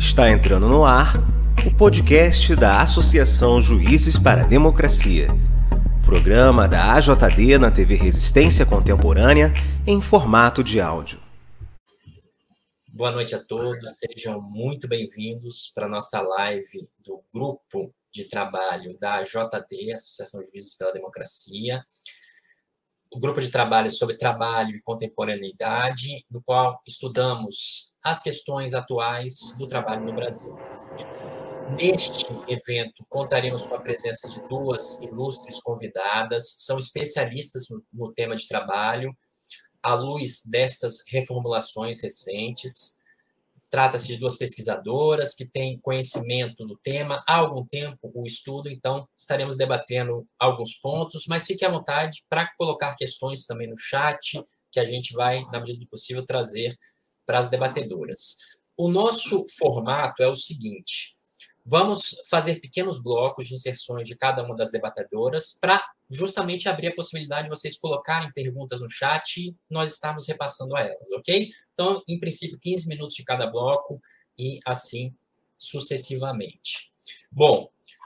Está entrando no ar o podcast da Associação Juízes para a Democracia, programa da AJD na TV Resistência Contemporânea em formato de áudio. Boa noite a todos, sejam muito bem-vindos para a nossa live do grupo de trabalho da AJD, Associação Juízes pela Democracia, o grupo de trabalho sobre trabalho e contemporaneidade, no qual estudamos as questões atuais do trabalho no Brasil. Neste evento, contaremos com a presença de duas ilustres convidadas, são especialistas no tema de trabalho, à luz destas reformulações recentes. Trata-se de duas pesquisadoras que têm conhecimento no tema, há algum tempo o estudo, então estaremos debatendo alguns pontos, mas fique à vontade para colocar questões também no chat, que a gente vai, na medida do possível, trazer para as debatedoras. O nosso formato é o seguinte: vamos fazer pequenos blocos de inserções de cada uma das debatedoras para justamente abrir a possibilidade de vocês colocarem perguntas no chat e nós estarmos repassando a elas, ok? Então, em princípio, 15 minutos de cada bloco e assim sucessivamente. Bom,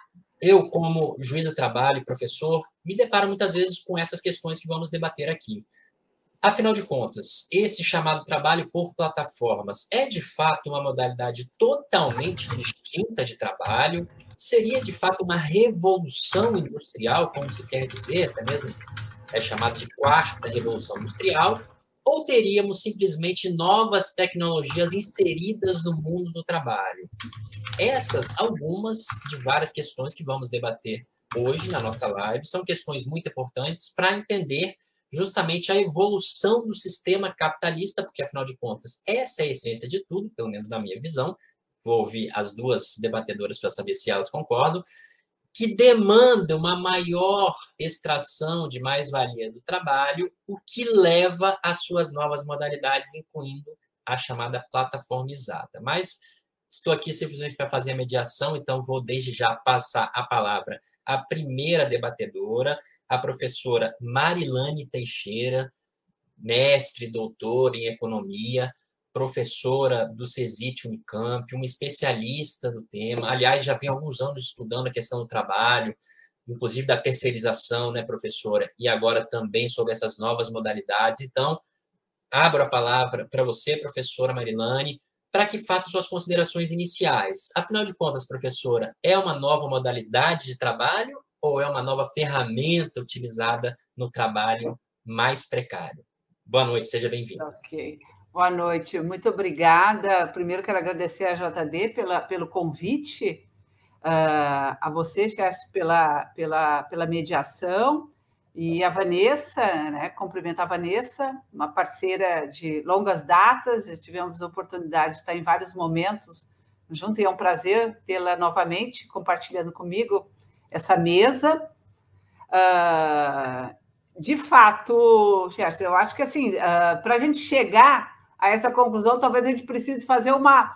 eu, como juiz do trabalho e professor, me deparo muitas vezes com essas questões que vamos debater aqui. Afinal de contas, esse chamado trabalho por plataformas é, de fato, uma modalidade totalmente distinta de trabalho? Seria, de fato, uma revolução industrial, como se quer dizer, até mesmo é chamado de quarta revolução industrial, ou teríamos simplesmente novas tecnologias inseridas no mundo do trabalho? Essas, algumas de várias questões que vamos debater hoje na nossa live, são questões muito importantes para entender justamente a evolução do sistema capitalista, porque, afinal de contas, essa é a essência de tudo, pelo menos na minha visão. Vou ouvir as duas debatedoras para saber se elas concordam, que demanda uma maior extração de mais-valia do trabalho, o que leva às suas novas modalidades, incluindo a chamada plataformizada. Mas estou aqui simplesmente para fazer a mediação, então vou desde já passar a palavra à primeira debatedora, a professora Marilane Teixeira, mestre, doutora em economia, professora do CESIT Unicamp, uma especialista no tema. Aliás, já vem há alguns anos estudando a questão do trabalho, inclusive da terceirização, né, professora? E agora também sobre essas novas modalidades. Então, abro a palavra para você, professora Marilane, para que faça suas considerações iniciais. Afinal de contas, professora, é uma nova modalidade de trabalho ou é uma nova ferramenta utilizada no trabalho mais precário? Boa noite, seja bem-vinda. Ok. Boa noite, muito obrigada. Primeiro, quero agradecer à JD pelo convite, a você, chefe, pela mediação, e a Vanessa, né, cumprimentar a Vanessa, uma parceira de longas datas, já tivemos a oportunidade de estar em vários momentos junto, e é um prazer tê-la novamente compartilhando comigo essa mesa. De fato, Gerson, eu acho que assim, para a gente chegar a essa conclusão, talvez a gente precise fazer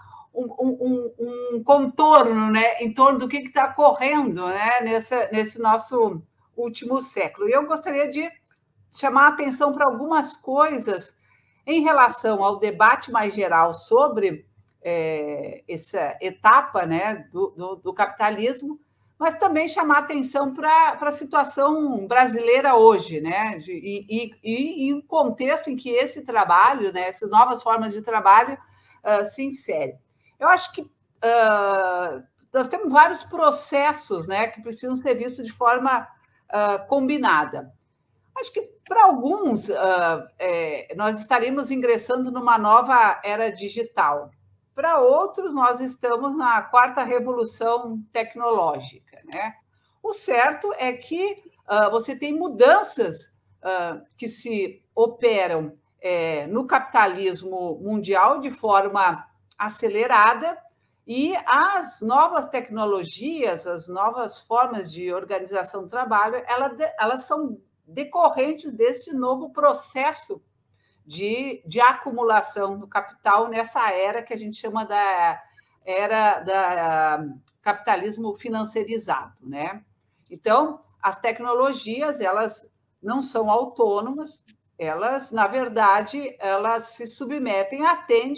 um contorno, né, em torno do que está ocorrendo, né, nesse nosso último século. E eu gostaria de chamar a atenção para algumas coisas em relação ao debate mais geral sobre essa etapa, né, do capitalismo, mas também chamar a atenção para a situação brasileira hoje, né? E em um contexto em que esse trabalho, né, essas novas formas de trabalho se inserem. Eu acho que nós temos vários processos, né, que precisam ser vistos de forma combinada. Acho que, para alguns, nós estaremos ingressando numa nova era digital. Para outros, nós estamos na quarta revolução tecnológica, né? O certo é que você tem mudanças que se operam no capitalismo mundial de forma acelerada, e as novas tecnologias, as novas formas de organização do trabalho, elas são decorrentes desse novo processo de acumulação do capital nessa era que a gente chama da era da capitalismo financeirizado, né? Então, as tecnologias, elas não são autônomas, elas, na verdade, elas se submetem, atendem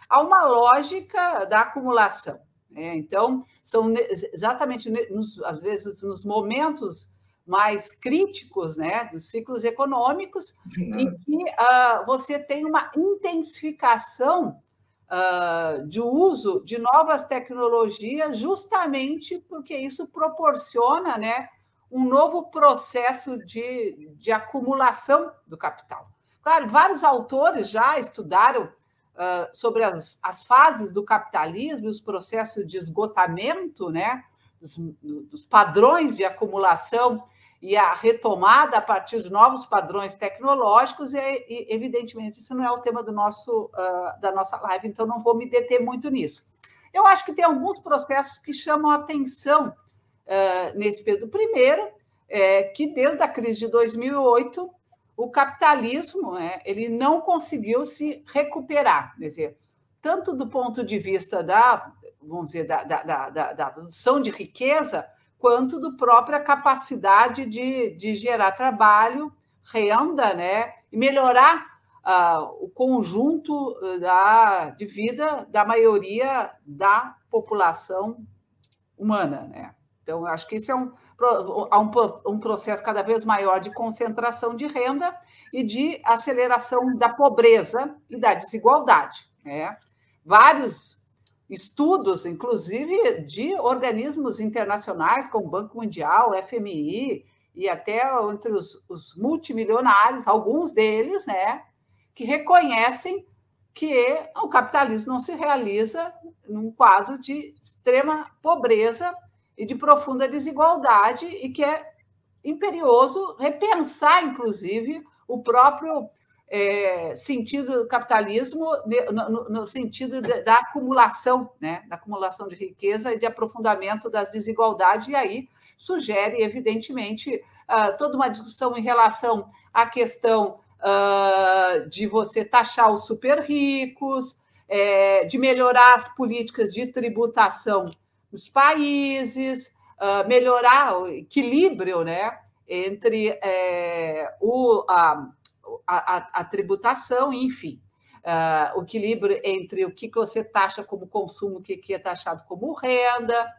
a uma lógica da acumulação. Então, são exatamente, às vezes, nos momentos mais críticos, né, dos ciclos econômicos, em que você tem uma intensificação de uso de novas tecnologias, justamente porque isso proporciona, né, um novo processo de acumulação do capital. Claro, vários autores já estudaram sobre as fases do capitalismo e os processos de esgotamento, né, dos padrões de acumulação e a retomada a partir de novos padrões tecnológicos, e evidentemente, isso não é o tema da nossa live, então não vou me deter muito nisso. Eu acho que tem alguns processos que chamam a atenção nesse período. Primeiro, que desde a crise de 2008, o capitalismo ele não conseguiu se recuperar, quer dizer, tanto do ponto de vista da produção de riqueza, quanto da própria capacidade de gerar trabalho, renda, né, e melhorar o conjunto de vida da maioria da população humana, né? Então, acho que isso há um processo cada vez maior de concentração de renda e de aceleração da pobreza e da desigualdade, né? Vários estudos, inclusive de organismos internacionais, como o Banco Mundial, o FMI, e até entre os multimilionários, alguns deles, né, que reconhecem que o capitalismo não se realiza num quadro de extrema pobreza e de profunda desigualdade, e que é imperioso repensar, inclusive, o próprio sentido do capitalismo no sentido da acumulação, né? Da acumulação de riqueza e de aprofundamento das desigualdades, e aí sugere, evidentemente, toda uma discussão em relação à questão de você taxar os super ricos, de melhorar as políticas de tributação nos países, melhorar o equilíbrio, né, entre a tributação, enfim, o equilíbrio entre o que você taxa como consumo, o que é taxado como renda.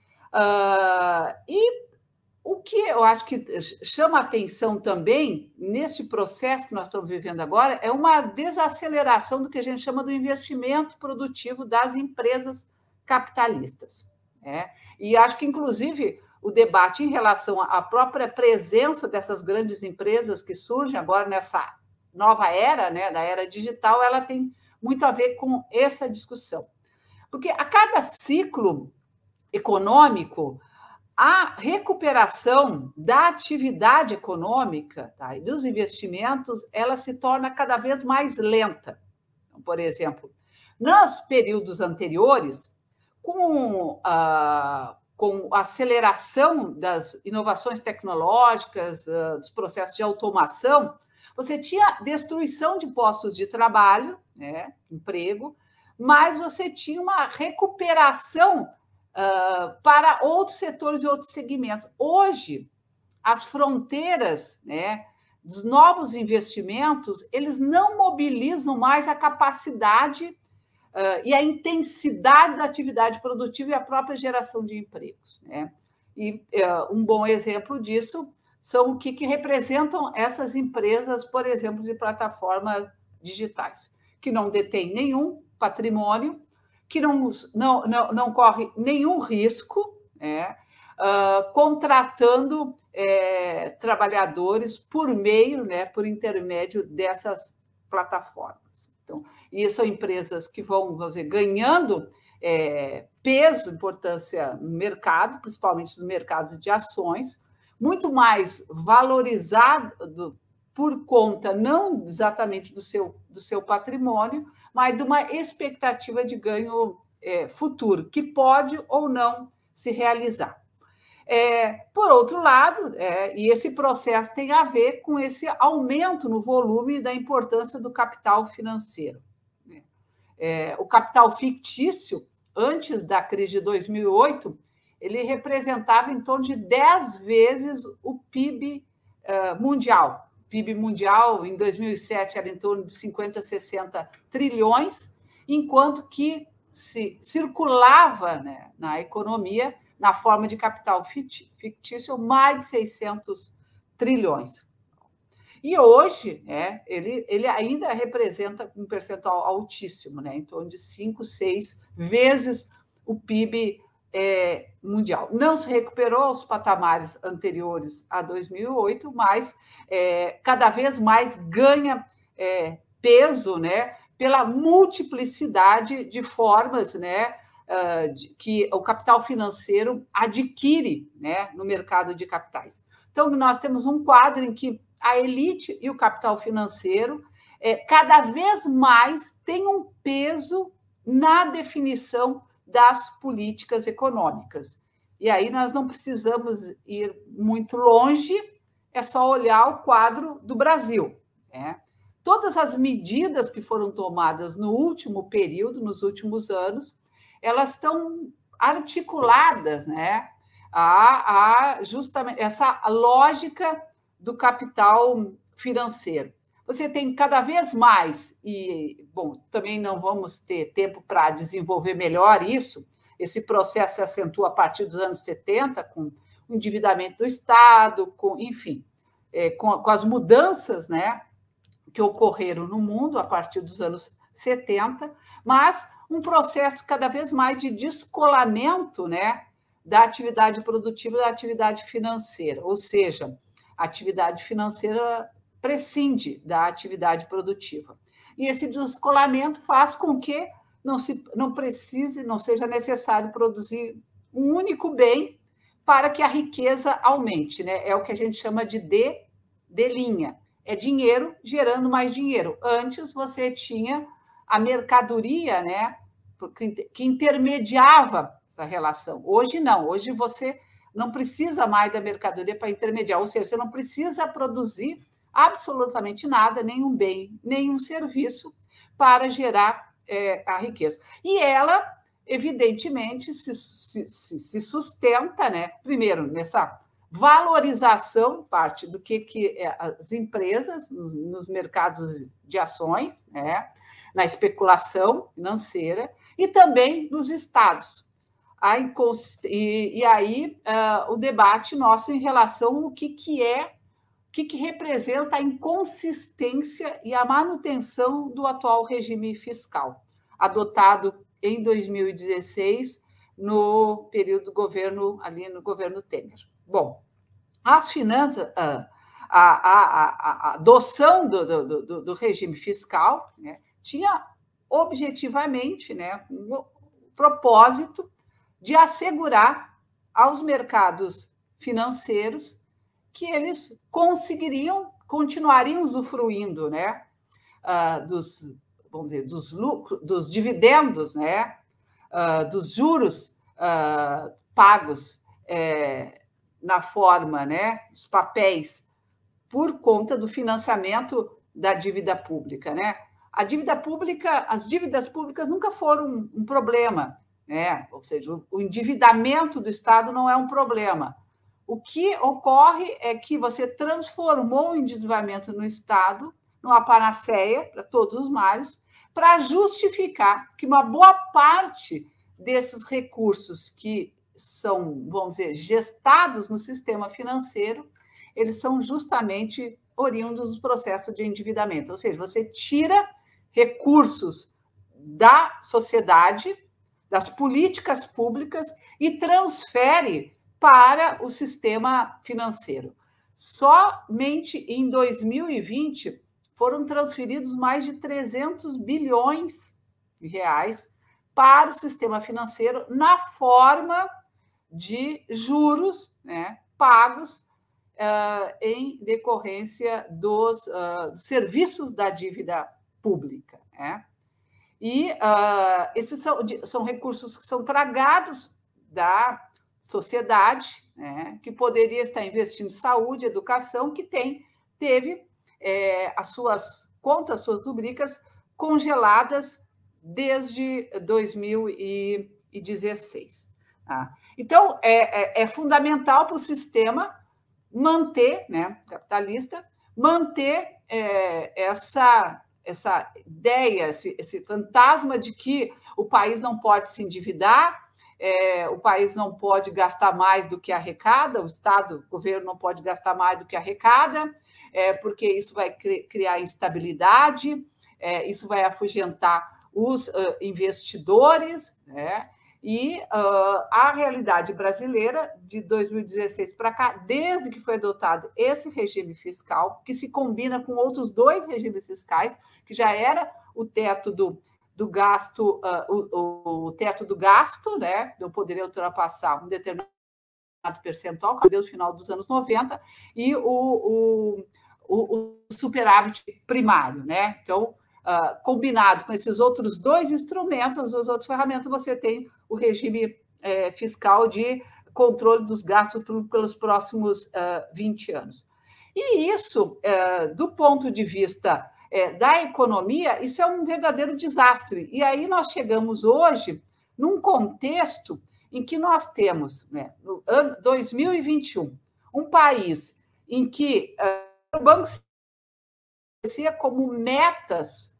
E o que eu acho que chama atenção também, nesse processo que nós estamos vivendo agora, é uma desaceleração do que a gente chama do investimento produtivo das empresas capitalistas. E acho que, inclusive, o debate em relação à própria presença dessas grandes empresas que surgem agora nessa nova era, né, da era digital, ela tem muito a ver com essa discussão. Porque a cada ciclo econômico, a recuperação da atividade econômica, tá, e dos investimentos, ela se torna cada vez mais lenta. Então, por exemplo, nos períodos anteriores, com a aceleração das inovações tecnológicas, dos processos de automação, você tinha destruição de postos de trabalho, né, emprego, mas você tinha uma recuperação para outros setores e outros segmentos. Hoje, as fronteiras, né, dos novos investimentos, eles não mobilizam mais a capacidade e a intensidade da atividade produtiva e a própria geração de empregos, né? E um bom exemplo disso são o que representam essas empresas, por exemplo, de plataformas digitais, que não detêm nenhum patrimônio, que não corre nenhum risco, né? Contratando trabalhadores por meio, né, por intermédio dessas plataformas. Então, e são empresas que vão dizer, ganhando peso, importância no mercado, principalmente nos mercados de ações, muito mais valorizado por conta não exatamente do seu patrimônio, mas de uma expectativa de ganho futuro, que pode ou não se realizar. Por outro lado, e esse processo tem a ver com esse aumento no volume da importância do capital financeiro. O capital fictício, antes da crise de 2008, ele representava em torno de 10 vezes o PIB mundial. O PIB mundial, em 2007, era em torno de 50, 60 trilhões. enquanto que se circulava, né, na economia, na forma de capital fictício, mais de 600 trilhões. E hoje, ele ainda representa um percentual altíssimo, né, em torno de 5, 6 vezes o PIB mundial. Não se recuperou aos patamares anteriores a 2008, mas cada vez mais ganha peso, né, pela multiplicidade de formas, né, que o capital financeiro adquire, né, no mercado de capitais. Então, nós temos um quadro em que a elite e o capital financeiro cada vez mais têm um peso na definição das políticas econômicas. E aí nós não precisamos ir muito longe, é só olhar o quadro do Brasil, né? Todas as medidas que foram tomadas no último período, nos últimos anos, elas estão articuladas, né, a justamente essa lógica do capital financeiro. Você tem cada vez mais, e, bom, também não vamos ter tempo para desenvolver melhor isso, esse processo se acentua a partir dos anos 70, com o endividamento do Estado, enfim, com as mudanças, né, que ocorreram no mundo a partir dos anos 70, mas um processo cada vez mais de descolamento, né, da atividade produtiva da atividade financeira, ou seja, a atividade financeira prescinde da atividade produtiva. E esse descolamento faz com que não seja necessário produzir um único bem para que a riqueza aumente, né? É o que a gente chama de D-linha. É dinheiro gerando mais dinheiro. Antes você tinha a mercadoria, né, que intermediava essa relação. Hoje não. Hoje você não precisa mais da mercadoria para intermediar, ou seja, você não precisa produzir absolutamente nada, nenhum bem, nenhum serviço para gerar a riqueza. E ela, evidentemente, se sustenta, né, primeiro, nessa valorização, parte do que as empresas, nos mercados de ações, né, na especulação financeira, e também nos estados. E aí o debate nosso em relação ao que representa a inconsistência e a manutenção do atual regime fiscal, adotado em 2016, no período do governo, ali no governo Temer. Bom, as finanças, a adoção do regime fiscal, né, tinha objetivamente, né, o propósito de assegurar aos mercados financeiros que eles continuariam usufruindo, né, vamos dizer, dos lucros, dos dividendos, né, dos juros pagos na forma, né, dos papéis, por conta do financiamento da dívida pública, né? A dívida pública, as dívidas públicas nunca foram um problema, né? Ou seja, o endividamento do Estado não é um problema. O que ocorre é que você transformou o endividamento no Estado numa panaceia para todos os males, para justificar que uma boa parte desses recursos que são, vamos dizer, gestados no sistema financeiro, eles são justamente oriundos do processo de endividamento. Ou seja, você tira recursos da sociedade, das políticas públicas e transfere para o sistema financeiro. Somente em 2020 foram transferidos mais de 300 bilhões de reais para o sistema financeiro na forma de juros, né, pagos em decorrência dos serviços da dívida pública, né? E esses são recursos que são tragados da sociedade, né, que poderia estar investindo em saúde, educação, que teve as suas contas, suas rubricas congeladas desde 2016. Tá? Então, é fundamental para o sistema manter, né, capitalista, manter ideia, esse fantasma de que o país não pode se endividar, o país não pode gastar mais do que arrecada, o Estado, o governo não pode gastar mais do que arrecada, porque isso vai criar instabilidade, isso vai afugentar os investidores, né? E a realidade brasileira, de 2016 para cá, desde que foi adotado esse regime fiscal, que se combina com outros 2 regimes fiscais, que já era o teto do gasto, o teto do gasto, né? Não poderia ultrapassar um determinado percentual, que deu no final dos anos 90, e o superávit primário, né? Então, combinado com esses outros 2 instrumentos, as 2 outras ferramentas, você tem o regime fiscal de controle dos gastos pelos próximos 20 anos. E isso, do ponto de vista da economia, isso é um verdadeiro desastre. E aí nós chegamos hoje num contexto em que nós temos, né, no ano 2021, um país em que o Banco Central como metas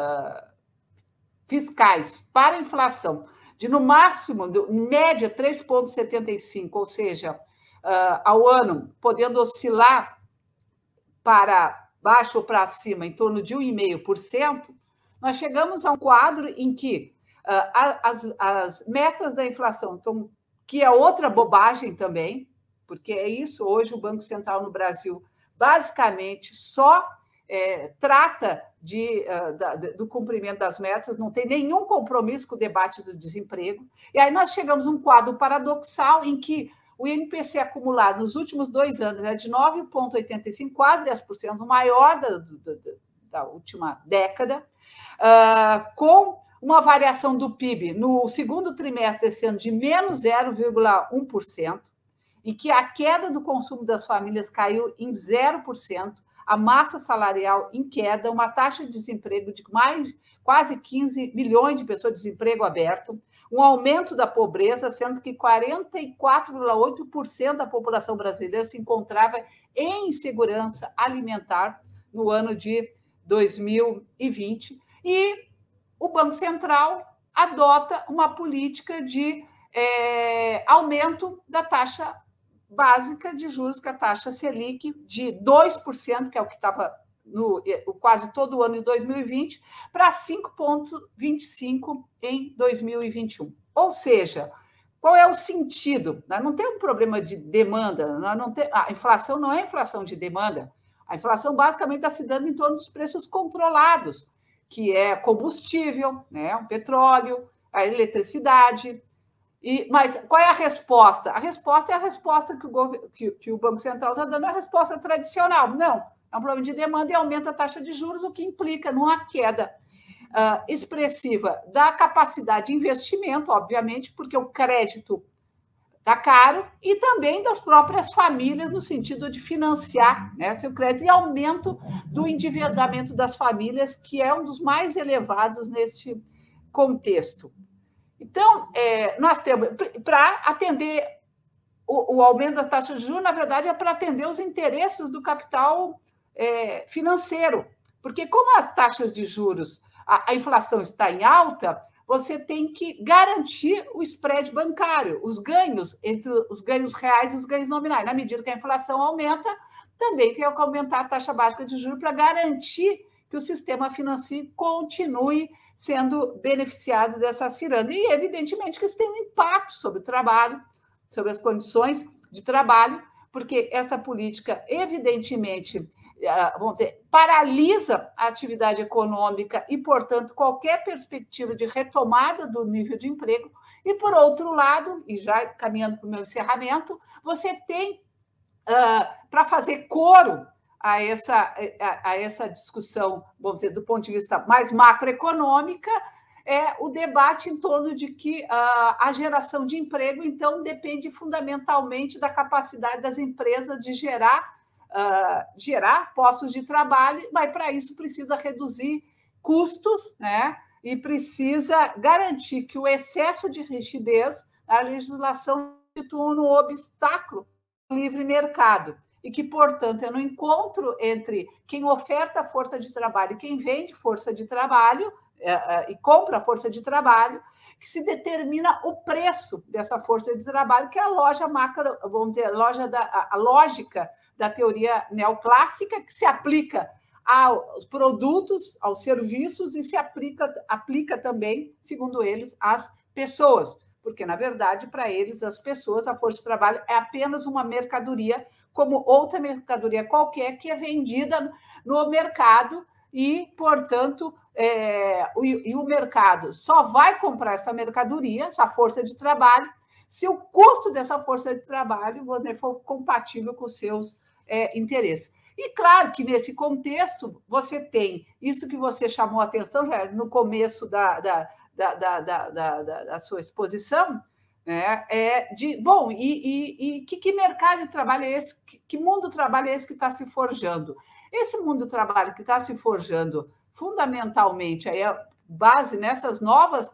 fiscais para a inflação de, no máximo, em média, 3,75%, ou seja, ao ano, podendo oscilar para baixo ou para cima, em torno de 1,5%, nós chegamos a um quadro em que as metas da inflação, então, que é outra bobagem também, porque é isso, hoje o Banco Central no Brasil basicamente só trata do cumprimento das metas, não tem nenhum compromisso com o debate do desemprego. E aí nós chegamos a um quadro paradoxal em que o INPC acumulado nos últimos 2 anos é de 9,85%, quase 10%, o maior da última década, com uma variação do PIB no segundo trimestre desse ano de menos 0,1%, em que a queda do consumo das famílias caiu em 0%, a massa salarial em queda, uma taxa de desemprego de quase 15 milhões de pessoas de desemprego aberto, um aumento da pobreza, sendo que 44,8% da população brasileira se encontrava em insegurança alimentar no ano de 2020. E o Banco Central adota uma política de aumento da taxa básica de juros, que é a taxa Selic, de 2%, que é o que estava quase todo o ano de 2020, para 5,25% em 2021. Ou seja, qual é o sentido? Nós não temos um problema de demanda, a inflação não é inflação de demanda, a inflação basicamente está se dando em torno dos preços controlados, que é combustível, né, o petróleo, a eletricidade. Mas qual é a resposta? A resposta é a resposta que o Banco Central está dando, é a resposta tradicional. Não, é um problema de demanda e aumenta a taxa de juros, o que implica numa queda expressiva da capacidade de investimento, obviamente, porque o crédito está caro, e também das próprias famílias, no sentido de financiar, né, seu crédito, e aumento do endividamento das famílias, que é um dos mais elevados neste contexto. Então, nós temos, para atender o aumento da taxa de juros, na verdade, é para atender os interesses do capital financeiro, porque como as taxas de juros, a inflação está em alta, você tem que garantir o spread bancário, os ganhos entre os ganhos reais e os ganhos nominais. Na medida que a inflação aumenta, também tem que aumentar a taxa básica de juros para garantir que o sistema financeiro continue sendo beneficiado dessa ciranda. E, evidentemente, que isso tem um impacto sobre o trabalho, sobre as condições de trabalho, porque essa política, evidentemente, vamos dizer, paralisa a atividade econômica e, portanto, qualquer perspectiva de retomada do nível de emprego. E, por outro lado, e já caminhando para o meu encerramento, você tem, para fazer coro a essa discussão, vamos dizer, do ponto de vista mais macroeconômica, o debate em torno de que a geração de emprego, então, depende fundamentalmente da capacidade das empresas de gerar postos de trabalho, mas para isso precisa reduzir custos, né? E precisa garantir que o excesso de rigidez na legislação constitua um obstáculo ao livre mercado. e que, portanto, é no encontro entre quem oferta força de trabalho e quem vende força de trabalho e compra força de trabalho, que se determina o preço dessa força de trabalho, que é a loja macro, vamos dizer, a lógica da teoria neoclássica, que se aplica aos produtos, aos serviços e se aplica também, segundo eles, às pessoas, porque, na verdade, para eles, as pessoas, a força de trabalho é apenas uma mercadoria, como outra mercadoria qualquer que é vendida no mercado e, portanto, o mercado só vai comprar essa mercadoria, essa força de trabalho, se o custo dessa força de trabalho for compatível com os seus interesses. E, claro, que nesse contexto você tem isso que você chamou a atenção no começo da sua exposição, né? Bom, que mercado de trabalho é esse? Que mundo do trabalho é esse que está se forjando? Esse mundo do trabalho que está se forjando, fundamentalmente, aí a base nessas novas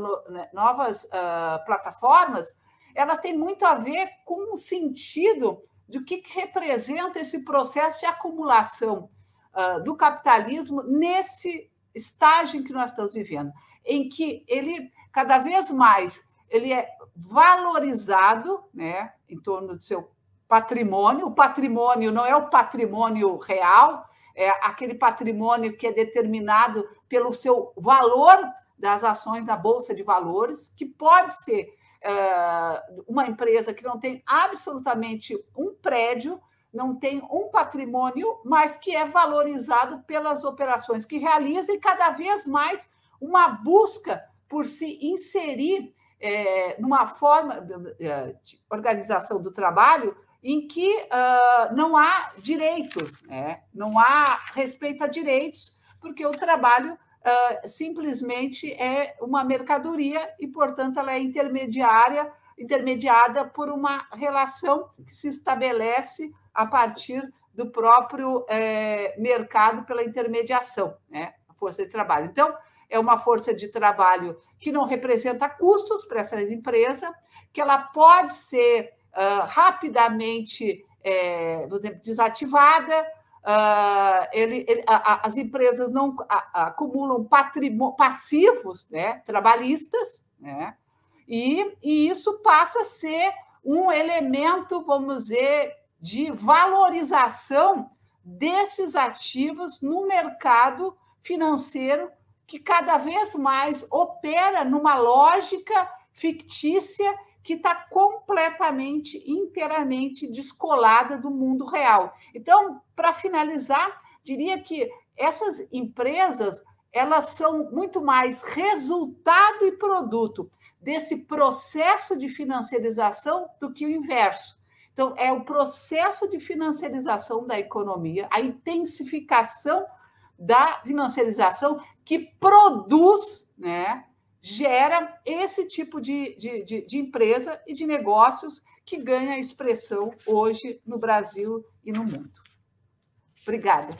plataformas, elas têm muito a ver com o sentido do que representa esse processo de acumulação do capitalismo nesse estágio em que nós estamos vivendo, em que ele, cada vez mais, ele é valorizado, né, em torno do seu patrimônio. O patrimônio não é o patrimônio real, é aquele patrimônio que é determinado pelo seu valor das ações da Bolsa de Valores, que pode ser uma empresa que não tem absolutamente um prédio, não tem um patrimônio, mas que é valorizado pelas operações que realiza e cada vez mais uma busca por se inserir numa forma de organização do trabalho em que não há direitos, né? Não há respeito a direitos, porque o trabalho simplesmente é uma mercadoria e, portanto, ela é intermediada por uma relação que se estabelece a partir do próprio mercado pela intermediação, né? A força de trabalho. Então, é uma força de trabalho que não representa custos para essa empresa, que ela pode ser rapidamente, por exemplo, desativada. As empresas não acumulam passivos, né, trabalhistas, né, e isso passa a ser um elemento, vamos dizer, de valorização desses ativos no mercado financeiro, que cada vez mais opera numa lógica fictícia que está completamente, inteiramente descolada do mundo real. Então, para finalizar, diria que essas empresas, elas são muito mais resultado e produto desse processo de financiarização do que o inverso. Então, é o processo de financiarização da economia, a intensificação da financiarização que produz, né, gera esse tipo de empresa e de negócios que ganha expressão hoje no Brasil e no mundo. Obrigada.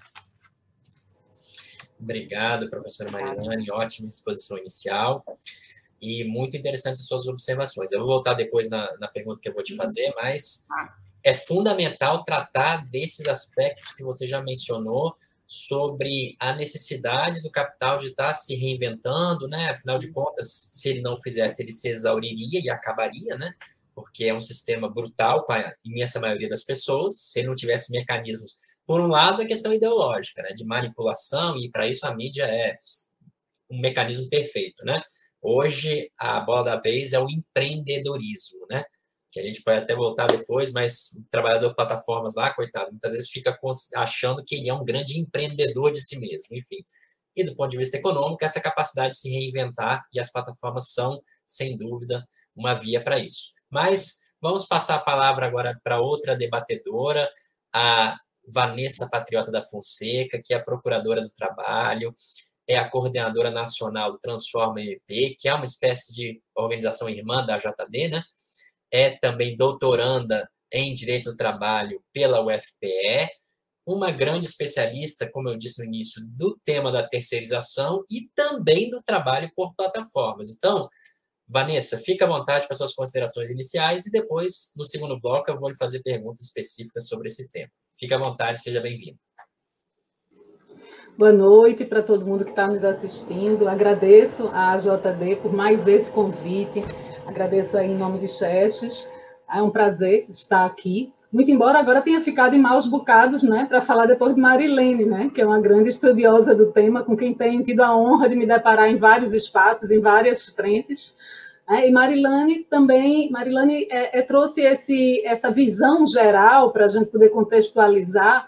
Obrigado, professora Marilane. Ótima exposição inicial e muito interessantes as suas observações. Eu vou voltar depois na pergunta que eu vou te fazer, mas é fundamental tratar desses aspectos que você já mencionou sobre a necessidade do capital de estar se reinventando, né? Afinal de contas, se ele não fizesse, ele se exauriria e acabaria, né? Porque é um sistema brutal com a imensa maioria das pessoas. Se ele não tivesse mecanismos, por um lado, a questão ideológica, né? De manipulação, e para isso a mídia é um mecanismo perfeito, né? Hoje, a bola da vez é o empreendedorismo, né? Que a gente pode até voltar depois, mas o trabalhador de plataformas lá, coitado, muitas vezes fica achando que ele é um grande empreendedor de si mesmo, enfim. E do ponto de vista econômico, essa capacidade de se reinventar, e as plataformas são, sem dúvida, uma via para isso. Mas vamos passar a palavra agora para outra debatedora, a Vanessa Patriota da Fonseca, que é a procuradora do trabalho, é a coordenadora nacional do Transforma MP, que é uma espécie de organização irmã da JD, né? É também doutoranda em Direito do Trabalho pela UFPE, uma grande especialista, como eu disse no início, do tema da terceirização e também do trabalho por plataformas. Então, Vanessa, fica à vontade para suas considerações iniciais e depois, no segundo bloco, eu vou lhe fazer perguntas específicas sobre esse tema. Fica à vontade, seja bem-vindo. Boa noite para todo mundo que está nos assistindo. Agradeço à JD por mais esse convite. Agradeço aí em nome de Xerxes. É um prazer estar aqui. Muito embora agora tenha ficado em maus bocados, né, para falar depois de Marilene, né, que é uma grande estudiosa do tema, com quem tenho tido a honra de me deparar em vários espaços, em várias frentes. E Marilene também, trouxe essa visão geral para a gente poder contextualizar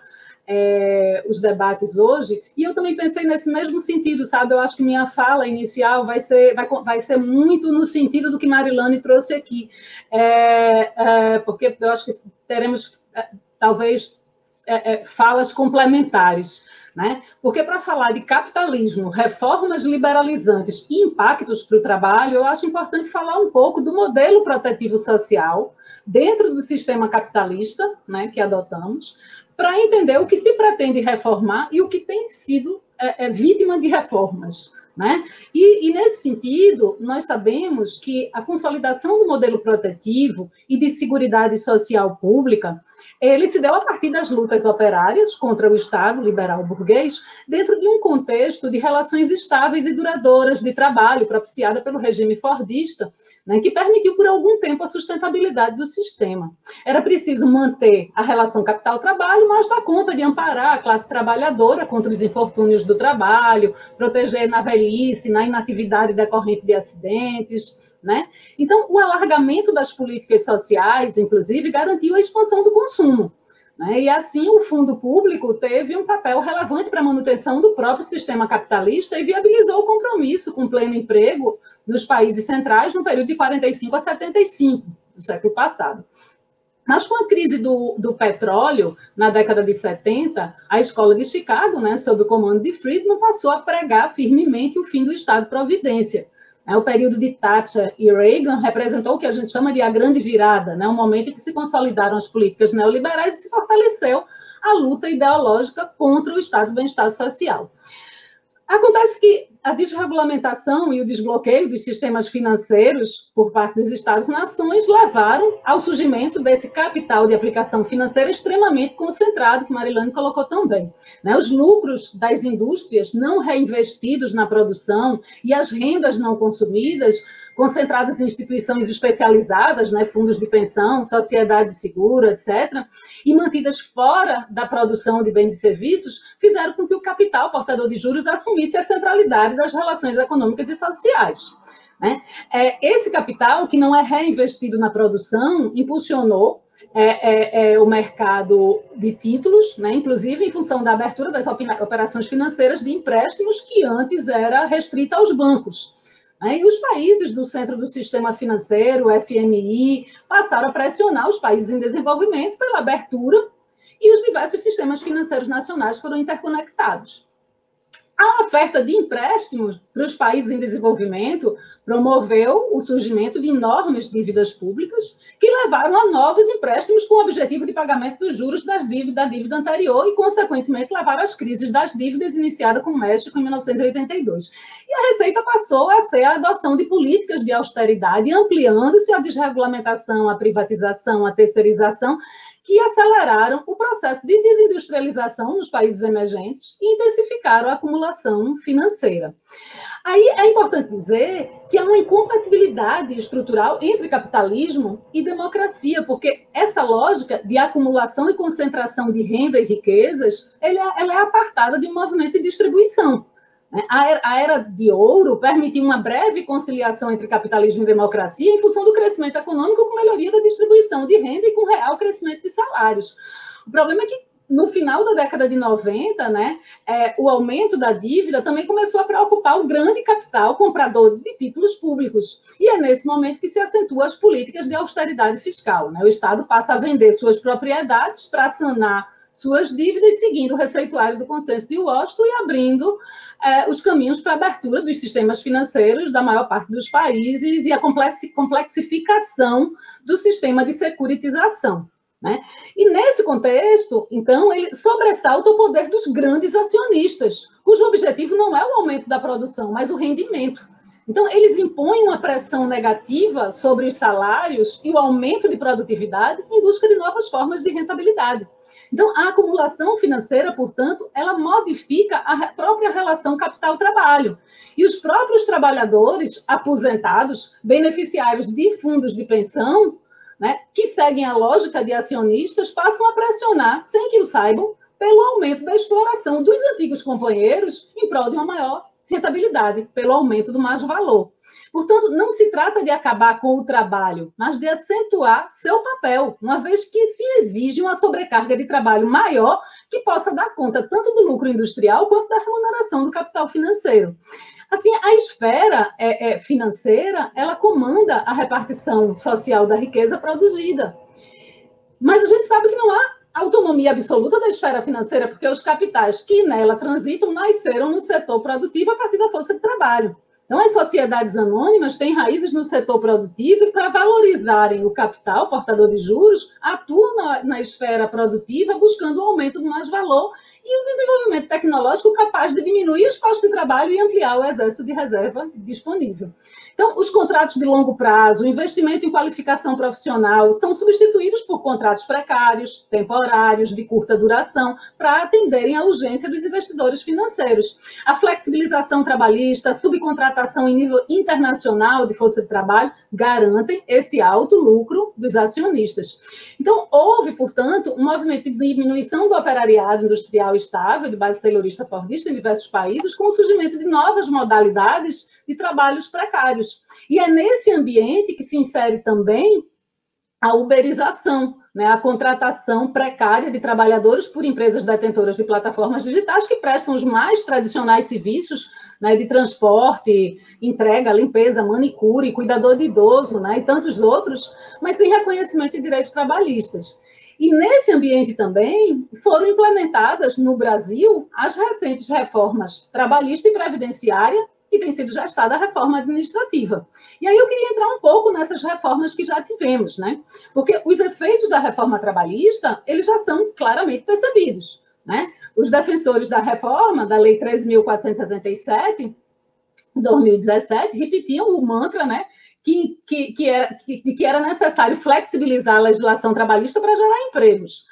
os debates hoje, e eu também pensei nesse mesmo sentido, sabe? Eu acho que minha fala inicial vai ser muito no sentido do que Marilene trouxe aqui, porque eu acho que teremos, talvez, falas complementares, né? Porque para falar de capitalismo, reformas liberalizantes e impactos para o trabalho, eu acho importante falar um pouco do modelo protetivo social dentro do sistema capitalista, né, que adotamos, para entender o que se pretende reformar e o que tem sido vítima de reformas, né? E nesse sentido, nós sabemos que a consolidação do modelo protetivo e de seguridade social pública, ele se deu a partir das lutas operárias contra o Estado liberal burguês, dentro de um contexto de relações estáveis e duradouras de trabalho, propiciada pelo regime fordista, né, que permitiu por algum tempo a sustentabilidade do sistema. Era preciso manter a relação capital-trabalho, mas dar conta de amparar a classe trabalhadora contra os infortúnios do trabalho, proteger na velhice, na inatividade decorrente de acidentes, né? Então, o alargamento das políticas sociais, inclusive, garantiu a expansão do consumo, né? E assim o fundo público teve um papel relevante para a manutenção do próprio sistema capitalista e viabilizou o compromisso com pleno emprego nos países centrais no período de 45 a 75 do século passado. Mas com a crise do petróleo, na década de 70, a escola de Chicago, né, sob o comando de Friedman, passou a pregar firmemente o fim do Estado-providência. O período de Thatcher e Reagan representou o que a gente chama de a grande virada, né? Um momento em que se consolidaram as políticas neoliberais e se fortaleceu a luta ideológica contra o Estado do bem-estar social. Acontece que a desregulamentação e o desbloqueio dos sistemas financeiros por parte dos Estados-nações levaram ao surgimento desse capital de aplicação financeira extremamente concentrado, que Marilene colocou também, né? Os lucros das indústrias não reinvestidos na produção e as rendas não consumidas, concentradas em instituições especializadas, né, fundos de pensão, sociedade de seguro, etc., e mantidas fora da produção de bens e serviços, fizeram com que o capital portador de juros assumisse a centralidade das relações econômicas e sociais, né? Esse capital, que não é reinvestido na produção, impulsionou o mercado de títulos, né, inclusive em função da abertura das operações financeiras de empréstimos, que antes era restrita aos bancos. E os países do centro do sistema financeiro, o FMI, passaram a pressionar os países em desenvolvimento pela abertura e os diversos sistemas financeiros nacionais foram interconectados. A oferta de empréstimos para os países em desenvolvimento promoveu o surgimento de enormes dívidas públicas que levaram a novos empréstimos com o objetivo de pagamento dos juros da dívida anterior e, consequentemente, levaram às crises das dívidas iniciada com o México em 1982. E a receita passou a ser a adoção de políticas de austeridade, ampliando-se a desregulamentação, a privatização, a terceirização, que aceleraram o processo de desindustrialização nos países emergentes e intensificaram a acumulação financeira. Aí é importante dizer que há uma incompatibilidade estrutural entre capitalismo e democracia, porque essa lógica de acumulação e concentração de renda e riquezas, ela é apartada de um movimento de distribuição. A era de ouro permitiu uma breve conciliação entre capitalismo e democracia em função do crescimento econômico com melhoria da distribuição de renda e com real crescimento de salários. O problema é que, no final da década de 90, né, o aumento da dívida também começou a preocupar o grande capital comprador de títulos públicos. E é nesse momento que se acentuam as políticas de austeridade fiscal, né? O Estado passa a vender suas propriedades para sanar suas dívidas, seguindo o receituário do Consenso de Washington e abrindo os caminhos para a abertura dos sistemas financeiros da maior parte dos países e a complexificação do sistema de securitização, né? E nesse contexto, então, ele sobressalta o poder dos grandes acionistas, cujo objetivo não é o aumento da produção, mas o rendimento. Então, eles impõem uma pressão negativa sobre os salários e o aumento de produtividade em busca de novas formas de rentabilidade. Então, a acumulação financeira, portanto, ela modifica a própria relação capital-trabalho. E os próprios trabalhadores aposentados, beneficiários de fundos de pensão, né, que seguem a lógica de acionistas, passam a pressionar, sem que o saibam, pelo aumento da exploração dos antigos companheiros em prol de uma maior rentabilidade, pelo aumento do mais-valor. Portanto, não se trata de acabar com o trabalho, mas de acentuar seu papel, uma vez que se exige uma sobrecarga de trabalho maior que possa dar conta tanto do lucro industrial quanto da remuneração do capital financeiro. Assim, a esfera financeira, ela comanda a repartição social da riqueza produzida. Mas a gente sabe que não há autonomia absoluta da esfera financeira, porque os capitais que nela transitam nasceram no setor produtivo a partir da força de trabalho. Então, as sociedades anônimas têm raízes no setor produtivo e, para valorizarem o capital portador de juros, atuam na esfera produtiva buscando o aumento do mais-valor e o desenvolvimento tecnológico capaz de diminuir os custos de trabalho e ampliar o exército de reserva disponível. Então, os contratos de longo prazo, o investimento em qualificação profissional são substituídos por contratos precários, temporários, de curta duração, para atenderem à urgência dos investidores financeiros. A flexibilização trabalhista, a subcontratação em nível internacional de força de trabalho garantem esse alto lucro dos acionistas. Então, houve, portanto, um movimento de diminuição do operariado industrial estável, de base taylorista fordista em diversos países, com o surgimento de novas modalidades de trabalhos precários. E é nesse ambiente que se insere também a uberização, né, a contratação precária de trabalhadores por empresas detentoras de plataformas digitais que prestam os mais tradicionais serviços, né, de transporte, entrega, limpeza, manicure, cuidador de idoso, né, e tantos outros, mas sem reconhecimento de direitos trabalhistas. E nesse ambiente também foram implementadas no Brasil as recentes reformas trabalhista e previdenciária, que tem sido gestada a reforma administrativa. E aí eu queria entrar um pouco nessas reformas que já tivemos, né? Porque os efeitos da reforma trabalhista, eles já são claramente percebidos, né? Os defensores da reforma, da Lei 13.467, de 2017, repetiam o mantra, né, que era necessário flexibilizar a legislação trabalhista para gerar empregos.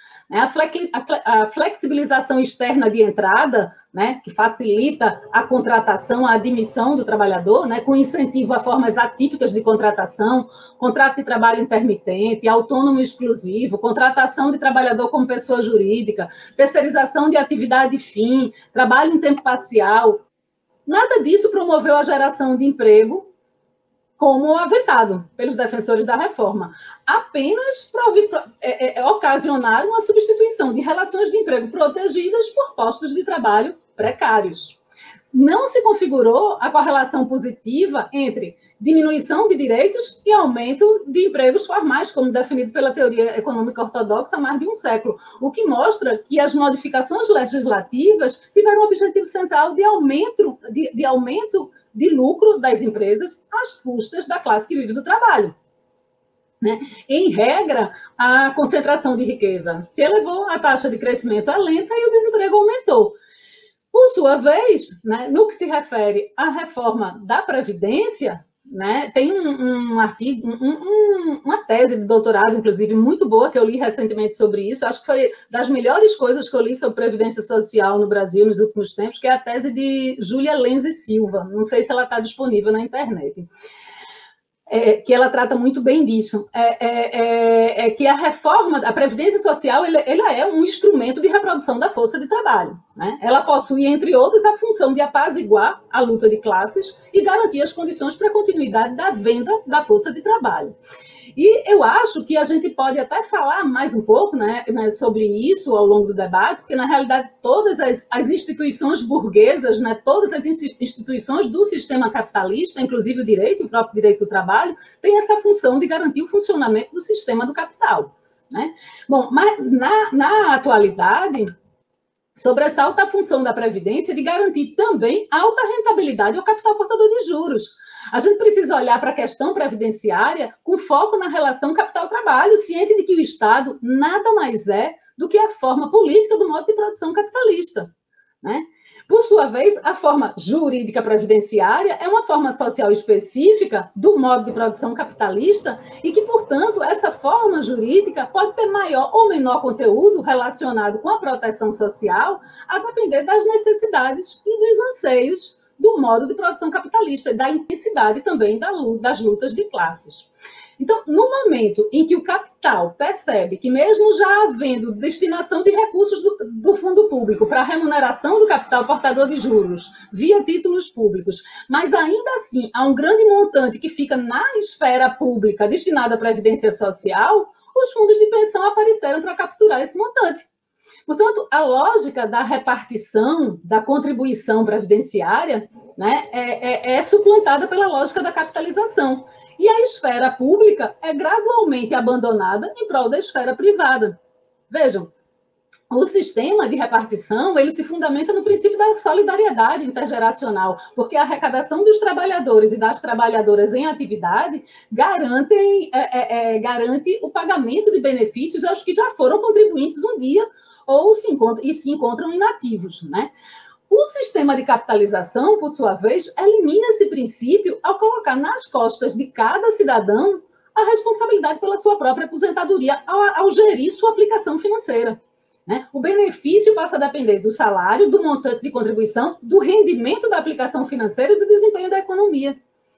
A flexibilização externa de entrada, né, que facilita a contratação, a admissão do trabalhador, né, com incentivo a formas atípicas de contratação, contrato de trabalho intermitente, autônomo exclusivo, contratação de trabalhador como pessoa jurídica, terceirização de atividade fim, trabalho em tempo parcial. Nada disso promoveu a geração de emprego, como avetado pelos defensores da reforma. Apenas ocasionaram a substituição de relações de emprego protegidas por postos de trabalho precários. Não se configurou a correlação positiva entre diminuição de direitos e aumento de empregos formais, como definido pela teoria econômica ortodoxa há mais de um século, o que mostra que as modificações legislativas tiveram o objetivo central de aumento de lucro das empresas às custas da classe que vive do trabalho. Né? Em regra, a concentração de riqueza se elevou, a taxa de crescimento é lenta e o desemprego aumentou. Por sua vez, né, no que se refere à reforma da Previdência, né, tem um artigo, uma tese de doutorado, inclusive, muito boa, que eu li recentemente sobre isso, acho que foi das melhores coisas que eu li sobre Previdência Social no Brasil nos últimos tempos, que é a tese de Júlia Lenz e Silva, não sei se ela está disponível na internet. Que ela trata muito bem disso, que a reforma, a Previdência Social, ela é um instrumento de reprodução da força de trabalho. Né? Ela possui, entre outras, a função de apaziguar a luta de classes e garantir as condições para a continuidade da venda da força de trabalho. E eu acho que a gente pode até falar mais um pouco, né, sobre isso ao longo do debate, porque, na realidade, todas as instituições burguesas, né, todas as instituições do sistema capitalista, inclusive o próprio direito do trabalho, têm essa função de garantir o funcionamento do sistema do capital. Né? Bom, mas na atualidade, sobressalta a função da Previdência de garantir também alta rentabilidade ao capital portador de juros. A gente precisa olhar para a questão previdenciária com foco na relação capital-trabalho, ciente de que o Estado nada mais é do que a forma política do modo de produção capitalista. Né? Por sua vez, a forma jurídica previdenciária é uma forma social específica do modo de produção capitalista e que, portanto, essa forma jurídica pode ter maior ou menor conteúdo relacionado com a proteção social, a depender das necessidades e dos anseios do modo de produção capitalista e da intensidade também das lutas de classes. Então, no momento em que o capital percebe que, mesmo já havendo destinação de recursos do fundo público para a remuneração do capital portador de juros via títulos públicos, mas ainda assim há um grande montante que fica na esfera pública destinado à previdência social, os fundos de pensão apareceram para capturar esse montante. Portanto, a lógica da repartição da contribuição previdenciária, né, é suplantada pela lógica da capitalização. E a esfera pública é gradualmente abandonada em prol da esfera privada. Vejam, o sistema de repartição, ele se fundamenta no princípio da solidariedade intergeracional, porque a arrecadação dos trabalhadores e das trabalhadoras em atividade garante o pagamento de benefícios aos que já foram contribuintes um dia ou se encontram inativos, né? O sistema de capitalização, por sua vez, elimina esse princípio ao colocar nas costas de cada cidadão a responsabilidade pela sua própria aposentadoria ao gerir sua aplicação financeira, né? O benefício passa a depender do salário, do montante de contribuição, do rendimento da aplicação financeira e do desempenho da economia.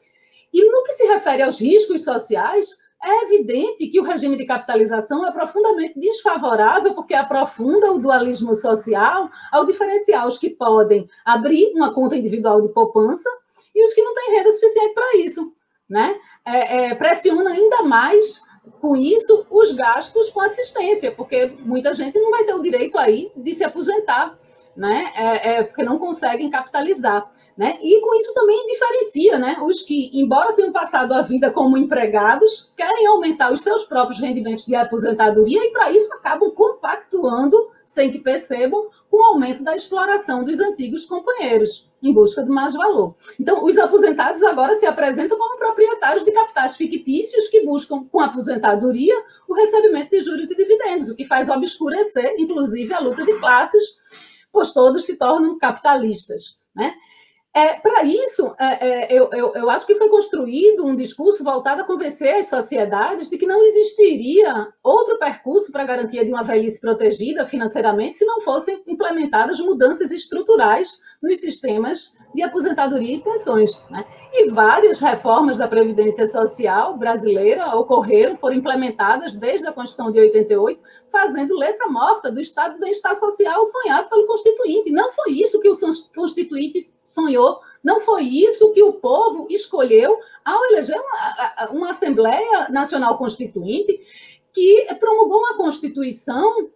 E no que se refere aos riscos sociais, é evidente que o regime de capitalização é profundamente desfavorável porque aprofunda o dualismo social ao diferenciar os que podem abrir uma conta individual de poupança e os que não têm renda suficiente para isso, né? Pressiona ainda mais, com isso, os gastos com assistência, porque muita gente não vai ter o direito aí de se aposentar, né? Porque não conseguem capitalizar. Né? E com isso também diferencia, né? Os que, embora tenham passado a vida como empregados, querem aumentar os seus próprios rendimentos de aposentadoria e, para isso, acabam compactuando, sem que percebam, com o aumento da exploração dos antigos companheiros, em busca de mais valor. Então, os aposentados agora se apresentam como proprietários de capitais fictícios que buscam, com a aposentadoria, o recebimento de juros e dividendos, o que faz obscurecer, inclusive, a luta de classes, pois todos se tornam capitalistas, né? Para isso, eu acho que foi construído um discurso voltado a convencer as sociedades de que não existiria outro percurso para a garantia de uma velhice protegida financeiramente se não fossem implementadas mudanças estruturais nos sistemas de aposentadoria e pensões, né? E várias reformas da Previdência Social brasileira foram implementadas desde a Constituição de 88, fazendo letra morta do estado de bem-estar social sonhado pelo Constituinte. Não foi isso que o Constituinte sonhou, não foi isso que o povo escolheu ao eleger uma Assembleia Nacional Constituinte que promulgou uma Constituição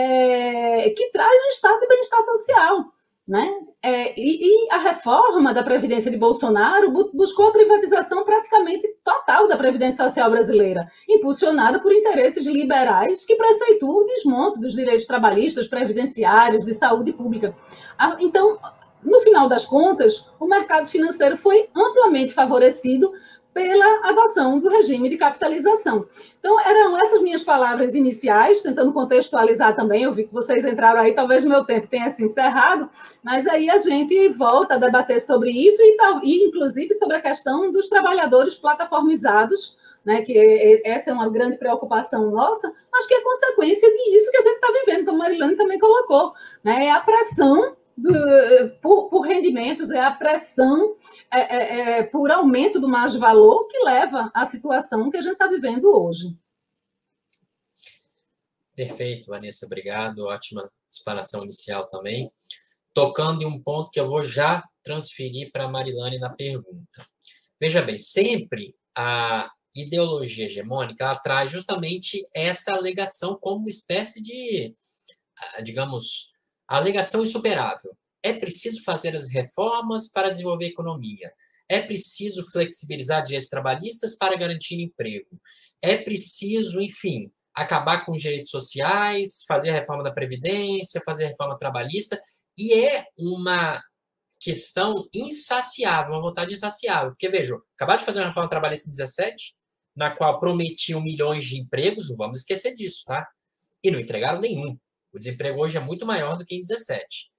que traz um estado de bem-estar social, né? E a reforma da Previdência de Bolsonaro buscou a privatização praticamente total da Previdência Social brasileira, impulsionada por interesses liberais que preceituam o desmonte dos direitos trabalhistas, previdenciários, de saúde pública. Então, no final das contas, o mercado financeiro foi amplamente favorecido pela adoção do regime de capitalização. Então, eram essas minhas palavras iniciais, tentando contextualizar também. Eu vi que vocês entraram aí, talvez o meu tempo tenha se encerrado, mas aí a gente volta a debater sobre isso e inclusive, sobre a questão dos trabalhadores plataformizados, né, que essa é uma grande preocupação nossa, mas que é consequência disso que a gente está vivendo, como a Marilane também colocou, né? É a pressão por rendimentos, é a pressão por aumento do mais-valor que leva à situação que a gente está vivendo hoje. Perfeito, Vanessa, obrigado. Ótima explanação inicial também. Tocando em um ponto que eu vou já transferir para a Marilane na pergunta. Veja bem, sempre a ideologia hegemônica ela traz justamente essa alegação como uma espécie de, digamos, a alegação insuperável. É preciso fazer as reformas para desenvolver a economia. É preciso flexibilizar direitos trabalhistas para garantir emprego. É preciso, enfim, acabar com os direitos sociais, fazer a reforma da Previdência, fazer a reforma trabalhista. E é uma questão insaciável, uma vontade insaciável. Porque, vejam, acabaram de fazer uma reforma trabalhista em 2017, na qual prometiam milhões de empregos, não vamos esquecer disso, tá? E não entregaram nenhum. O desemprego hoje é muito maior do que em 2017.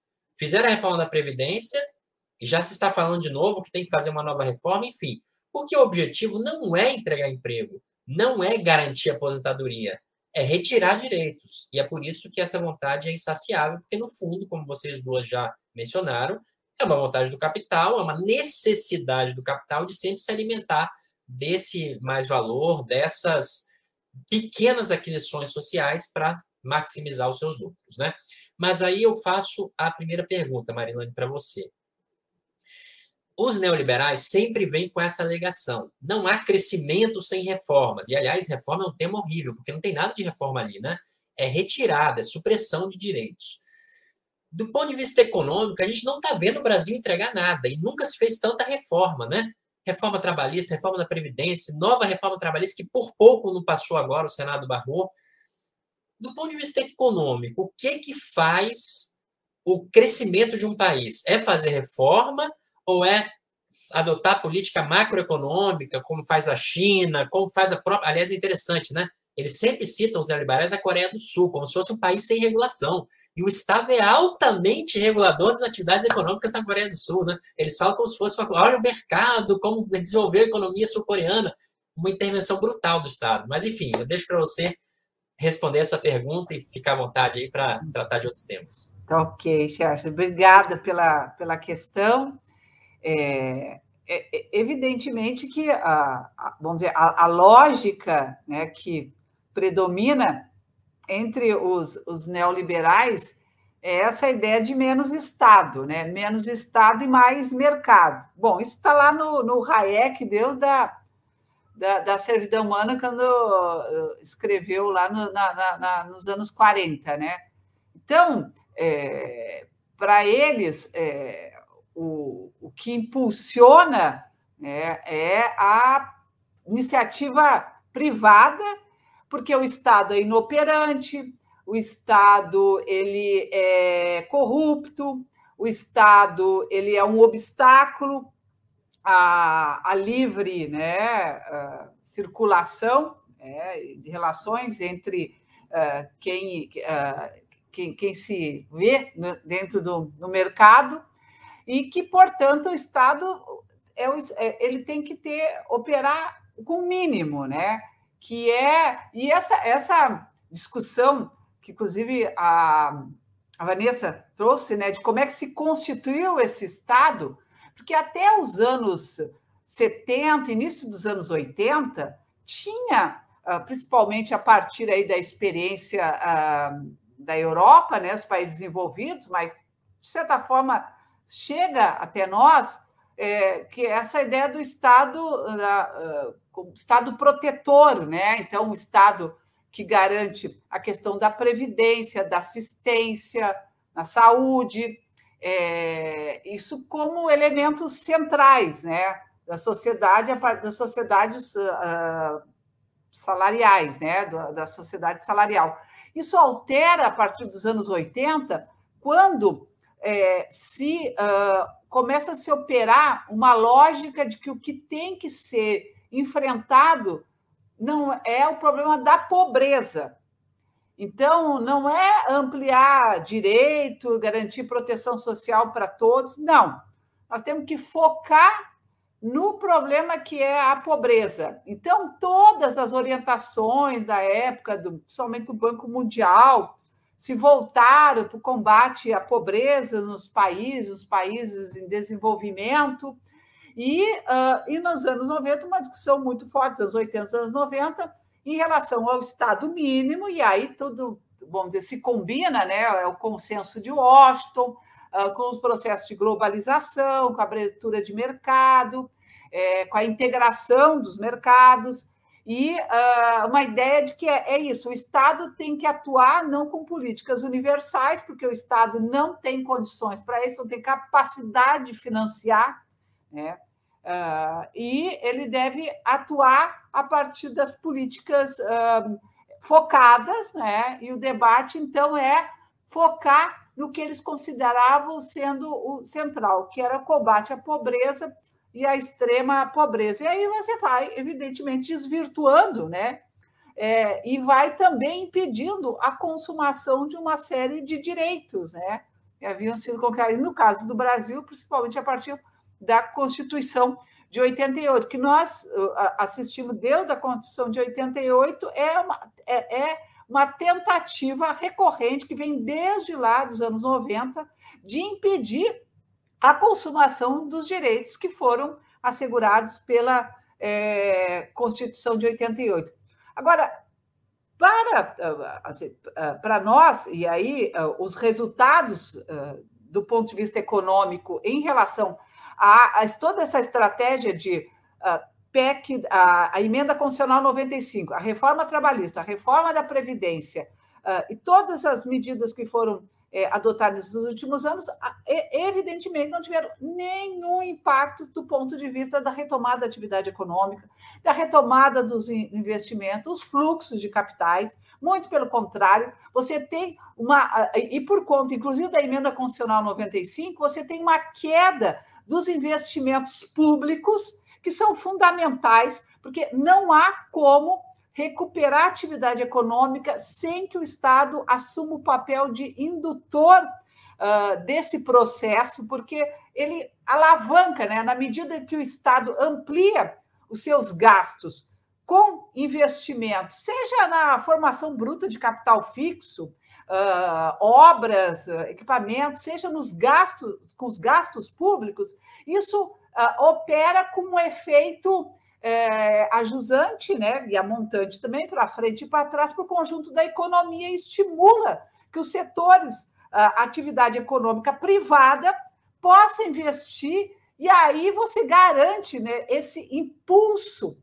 Fizeram a reforma da Previdência e já se está falando de novo que tem que fazer uma nova reforma, enfim. Porque o objetivo não é entregar emprego, não é garantir aposentadoria, é retirar direitos. E é por isso que essa vontade é insaciável, porque, no fundo, como vocês duas já mencionaram, é uma vontade do capital, é uma necessidade do capital de sempre se alimentar desse mais-valor, dessas pequenas aquisições sociais para maximizar os seus lucros, né? Mas aí eu faço a primeira pergunta, Marilane, para você. Os neoliberais sempre vêm com essa alegação. Não há crescimento sem reformas. E, aliás, reforma é um tema horrível, porque não tem nada de reforma ali, né? É retirada, é supressão de direitos. Do ponto de vista econômico, a gente não está vendo o Brasil entregar nada. E nunca se fez tanta reforma, né? Reforma trabalhista, reforma da Previdência, nova reforma trabalhista, que por pouco não passou agora, o Senado barrou. Do ponto de vista econômico, o que faz o crescimento de um país? É fazer reforma ou é adotar política macroeconômica, como faz a China, como faz a própria... Aliás, é interessante, né? Eles sempre citam, os neoliberais, a Coreia do Sul, como se fosse um país sem regulação. E o Estado é altamente regulador das atividades econômicas na Coreia do Sul, né? Eles falam como se fosse, olha o mercado, como desenvolver a economia sul-coreana. Uma intervenção brutal do Estado. Mas, enfim, eu deixo para você responder essa pergunta e ficar à vontade aí para tratar de outros temas. Ok, Xerxes, obrigada pela questão. Evidentemente que vamos dizer, a lógica, né, que predomina entre os neoliberais é essa ideia de menos Estado, né? Menos Estado e mais mercado. Bom, isso está lá no Hayek, Deus da servidão humana, quando escreveu lá nos anos 40, né? Então, para eles, o que impulsiona, né, é a iniciativa privada, porque o Estado é inoperante, o Estado ele é corrupto, o Estado ele é um obstáculo à livre, né, circulação, de relações entre quem se vê dentro do mercado, e que, portanto, o Estado ele tem que operar com o mínimo, né? E essa discussão que, inclusive, a Vanessa trouxe, né, de como é que se constituiu esse Estado, porque até os anos 70, início dos anos 80, tinha, principalmente a partir aí da experiência da Europa, né, os países desenvolvidos, mas, de certa forma, chega até nós, que é essa ideia do Estado, como Estado protetor, né? Então, um Estado que garante a questão da previdência, da assistência, na saúde, isso como elementos centrais, né, da sociedade, das sociedades salariais, né, da sociedade salarial. Isso altera a partir dos anos 80, quando começa a se operar uma lógica de que o que tem que ser enfrentado não é o problema da pobreza. Então, não é ampliar direito, garantir proteção social para todos, não. Nós temos que focar no problema que é a pobreza. Então, todas as orientações da época, principalmente do Banco Mundial, se voltaram para o combate à pobreza nos países em desenvolvimento, e nos anos 90, uma discussão muito forte, nos anos 80, anos 90, em relação ao Estado mínimo, e aí tudo, vamos dizer, se combina, né? É o consenso de Washington, com os processos de globalização, com a abertura de mercado, com a integração dos mercados, e uma ideia de que é isso, o Estado tem que atuar não com políticas universais, porque o Estado não tem condições para isso, não tem capacidade de financiar, né? E ele deve atuar a partir das políticas focadas, né? E o debate, então, é focar no que eles consideravam sendo o central, que era o combate à pobreza e à extrema pobreza. E aí você vai, evidentemente, desvirtuando, né? E vai também impedindo a consumação de uma série de direitos, né? haviam sido conquistadas. E no caso do Brasil, principalmente a partir da Constituição de 88, que nós assistimos desde a Constituição de 88, é uma tentativa recorrente que vem desde lá dos anos 90 de impedir a consumação dos direitos que foram assegurados pela Constituição de 88. Agora, para nós, e aí os resultados do ponto de vista econômico em relação a toda essa estratégia de PEC, a Emenda Constitucional 95, a reforma trabalhista, a reforma da Previdência e todas as medidas que foram adotadas nos últimos anos, evidentemente não tiveram nenhum impacto do ponto de vista da retomada da atividade econômica, da retomada dos investimentos, os fluxos de capitais. Muito pelo contrário, você tem e por conta, inclusive, da Emenda Constitucional 95, você tem uma queda dos investimentos públicos, que são fundamentais, porque não há como recuperar a atividade econômica sem que o Estado assuma o papel de indutor desse processo, porque ele alavanca, né, na medida que o Estado amplia os seus gastos com investimentos, seja na formação bruta de capital fixo, obras, equipamentos, seja nos gastos, com os gastos públicos, isso opera com um efeito ajusante, né, e a montante também para frente e para trás para o conjunto da economia e estimula que os setores, a atividade econômica privada possa investir, e aí você garante, né, esse impulso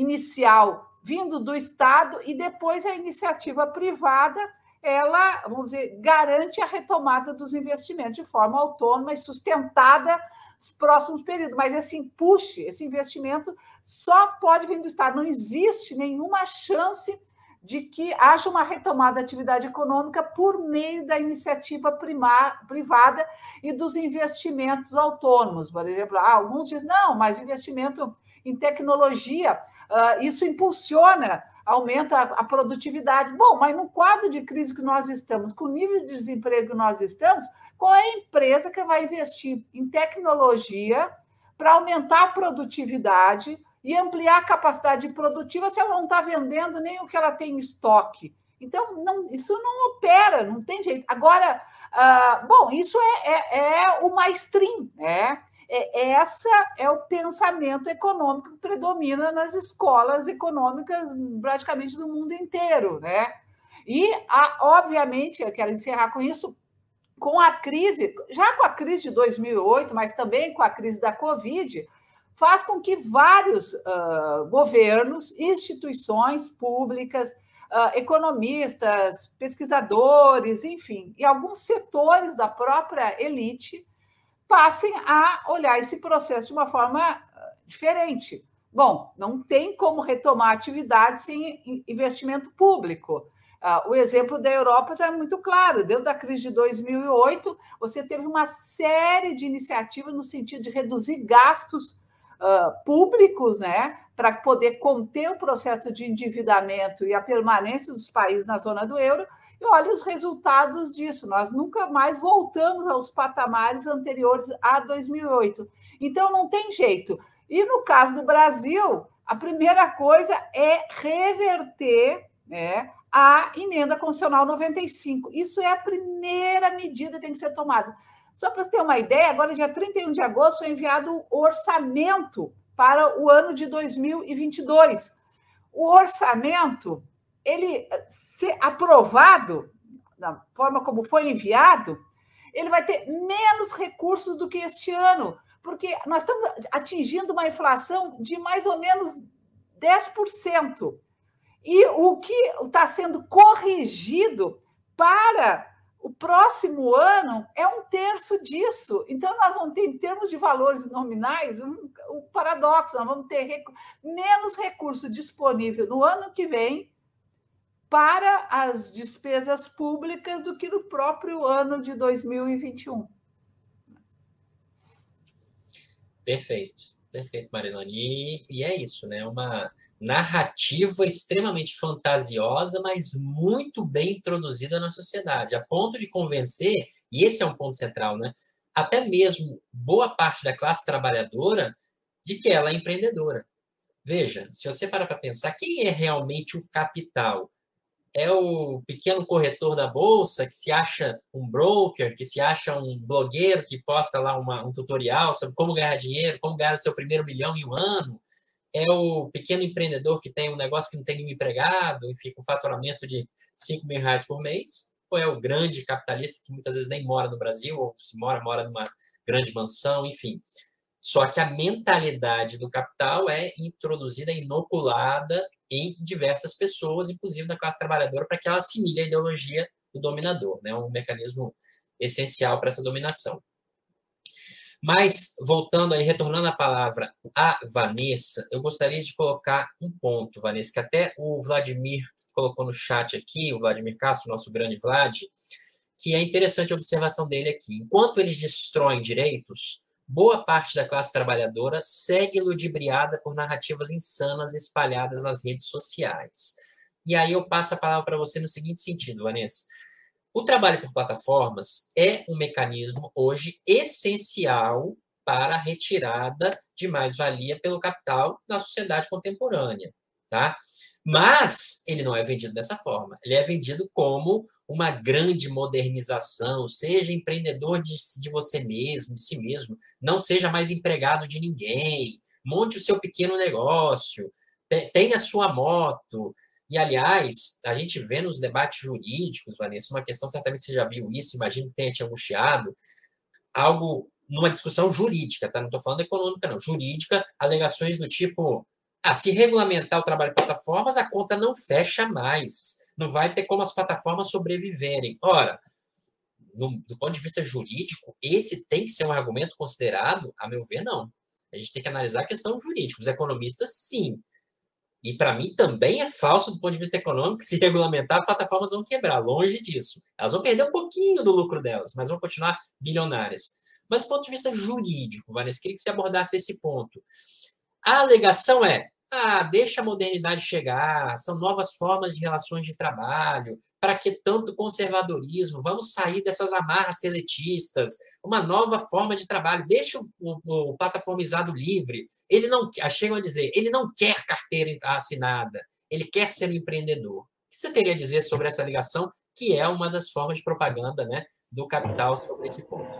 inicial vindo do Estado, e depois a iniciativa privada, ela, vamos dizer, garante a retomada dos investimentos de forma autônoma e sustentada nos próximos períodos. Mas esse empuxe, esse investimento só pode vir do Estado. Não existe nenhuma chance de que haja uma retomada da atividade econômica por meio da iniciativa privada e dos investimentos autônomos. Por exemplo, alguns dizem, não, mas investimento em tecnologia, isso impulsiona, aumenta a produtividade. Bom, mas no quadro de crise que nós estamos, com o nível de desemprego que nós estamos, qual é a empresa que vai investir em tecnologia para aumentar a produtividade e ampliar a capacidade produtiva se ela não está vendendo nem o que ela tem em estoque? Então, isso não opera, não tem jeito. Agora, bom, isso é o mainstream, né? Esse é o pensamento econômico que predomina nas escolas econômicas praticamente do mundo inteiro, né? E, obviamente, eu quero encerrar com isso, com a crise, já com a crise de 2008, mas também com a crise da Covid, faz com que vários governos, instituições públicas, economistas, pesquisadores, enfim, e alguns setores da própria elite passem a olhar esse processo de uma forma diferente. Bom, não tem como retomar a atividade sem investimento público. O exemplo da Europa está muito claro. Desde a crise de 2008, você teve uma série de iniciativas no sentido de reduzir gastos públicos, né, para poder conter o processo de endividamento e a permanência dos países na zona do euro. E olha os resultados disso. Nós nunca mais voltamos aos patamares anteriores a 2008. Então, não tem jeito. E no caso do Brasil, a primeira coisa é reverter, né, a Emenda Constitucional 95. Isso é a primeira medida que tem que ser tomada. Só para você ter uma ideia, agora, dia 31 de agosto, foi enviado o orçamento para o ano de 2022. O orçamento, ele ser aprovado, da forma como foi enviado, ele vai ter menos recursos do que este ano, porque nós estamos atingindo uma inflação de mais ou menos 10%. E o que está sendo corrigido para o próximo ano é 1/3 disso. Então, nós vamos ter, em termos de valores nominais, um paradoxo. Nós vamos ter menos recurso disponível no ano que vem para as despesas públicas do que no próprio ano de 2021. Perfeito, Marinoni. E é isso, né? Uma narrativa extremamente fantasiosa, mas muito bem introduzida na sociedade, a ponto de convencer E esse é um ponto central, né? Até mesmo boa parte da classe trabalhadora de que ela é empreendedora. Veja, se você parar para pensar, quem é realmente o capital? É o pequeno corretor da bolsa que se acha um broker, que se acha um blogueiro que posta lá um tutorial sobre como ganhar dinheiro, como ganhar o seu primeiro milhão em um ano? É o pequeno empreendedor que tem um negócio que não tem nenhum empregado, enfim, com faturamento de 5 mil reais por mês? Ou é o grande capitalista que muitas vezes nem mora no Brasil, ou se mora numa grande mansão, enfim. Só que a mentalidade do capital é introduzida, inoculada em diversas pessoas, inclusive na classe trabalhadora, para que ela assimile a ideologia do dominador, né? Um mecanismo essencial para essa dominação. Mas, voltando aí, retornando a palavra à Vanessa, eu gostaria de colocar um ponto, Vanessa, que até o Vladimir colocou no chat aqui, o Vladimir Castro, nosso grande Vlad, que é interessante a observação dele aqui. Enquanto eles destroem direitos, boa parte da classe trabalhadora segue ludibriada por narrativas insanas espalhadas nas redes sociais. E aí eu passo a palavra para você no seguinte sentido, Vanessa. O trabalho por plataformas é um mecanismo hoje essencial para a retirada de mais-valia pelo capital na sociedade contemporânea, tá? Mas ele não é vendido dessa forma. Ele é vendido como uma grande modernização, seja empreendedor de você mesmo, de si mesmo, não seja mais empregado de ninguém, monte o seu pequeno negócio, tenha a sua moto. E, aliás, a gente vê nos debates jurídicos, Vanessa, uma questão, certamente você já viu isso, imagino que tenha te angustiado, algo numa discussão jurídica, tá? Não estou falando econômica, não. Jurídica, alegações do tipo, se regulamentar o trabalho de plataformas, a conta não fecha mais. Não vai ter como as plataformas sobreviverem. Ora, do ponto de vista jurídico, esse tem que ser um argumento considerado? A meu ver, não. A gente tem que analisar a questão jurídica. Os economistas, sim. E, para mim, também é falso do ponto de vista econômico que, se regulamentar, as plataformas vão quebrar. Longe disso. Elas vão perder um pouquinho do lucro delas, mas vão continuar bilionárias. Mas, do ponto de vista jurídico, Vanessa, queria que você abordasse esse ponto. A alegação é, deixa a modernidade chegar, são novas formas de relações de trabalho, para que tanto conservadorismo? Vamos sair dessas amarras seletistas, uma nova forma de trabalho, deixa o plataformizado livre. Ele não, chegam a dizer, ele não quer carteira assinada, ele quer ser um empreendedor. O que você teria a dizer sobre essa alegação, que é uma das formas de propaganda, né, do capital sobre esse ponto?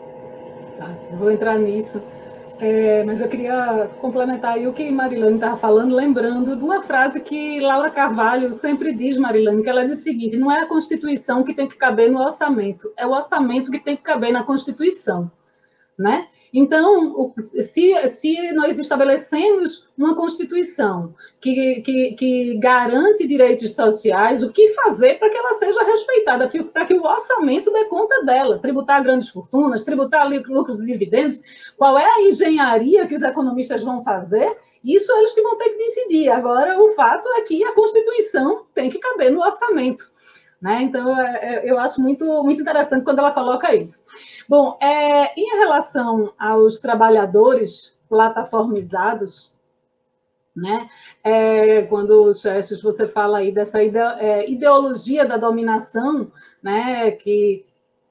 Vou entrar nisso. Mas eu queria complementar aí o que Marilane estava falando, lembrando de uma frase que Laura Carvalho sempre diz, Marilane, que ela diz o seguinte: não é a Constituição que tem que caber no orçamento, é o orçamento que tem que caber na Constituição, né? Então, se nós estabelecemos uma Constituição que garante direitos sociais, o que fazer para que ela seja respeitada, para que o orçamento dê conta dela? Tributar grandes fortunas, tributar lucros e dividendos, qual é a engenharia que os economistas vão fazer? Isso eles que vão ter que decidir. Agora, o fato é que a Constituição tem que caber no orçamento, né? Então, eu acho muito, muito interessante quando ela coloca isso. Bom, em relação aos trabalhadores plataformizados, né? Quando, Chestes, você fala aí dessa ideologia da dominação, né? Que,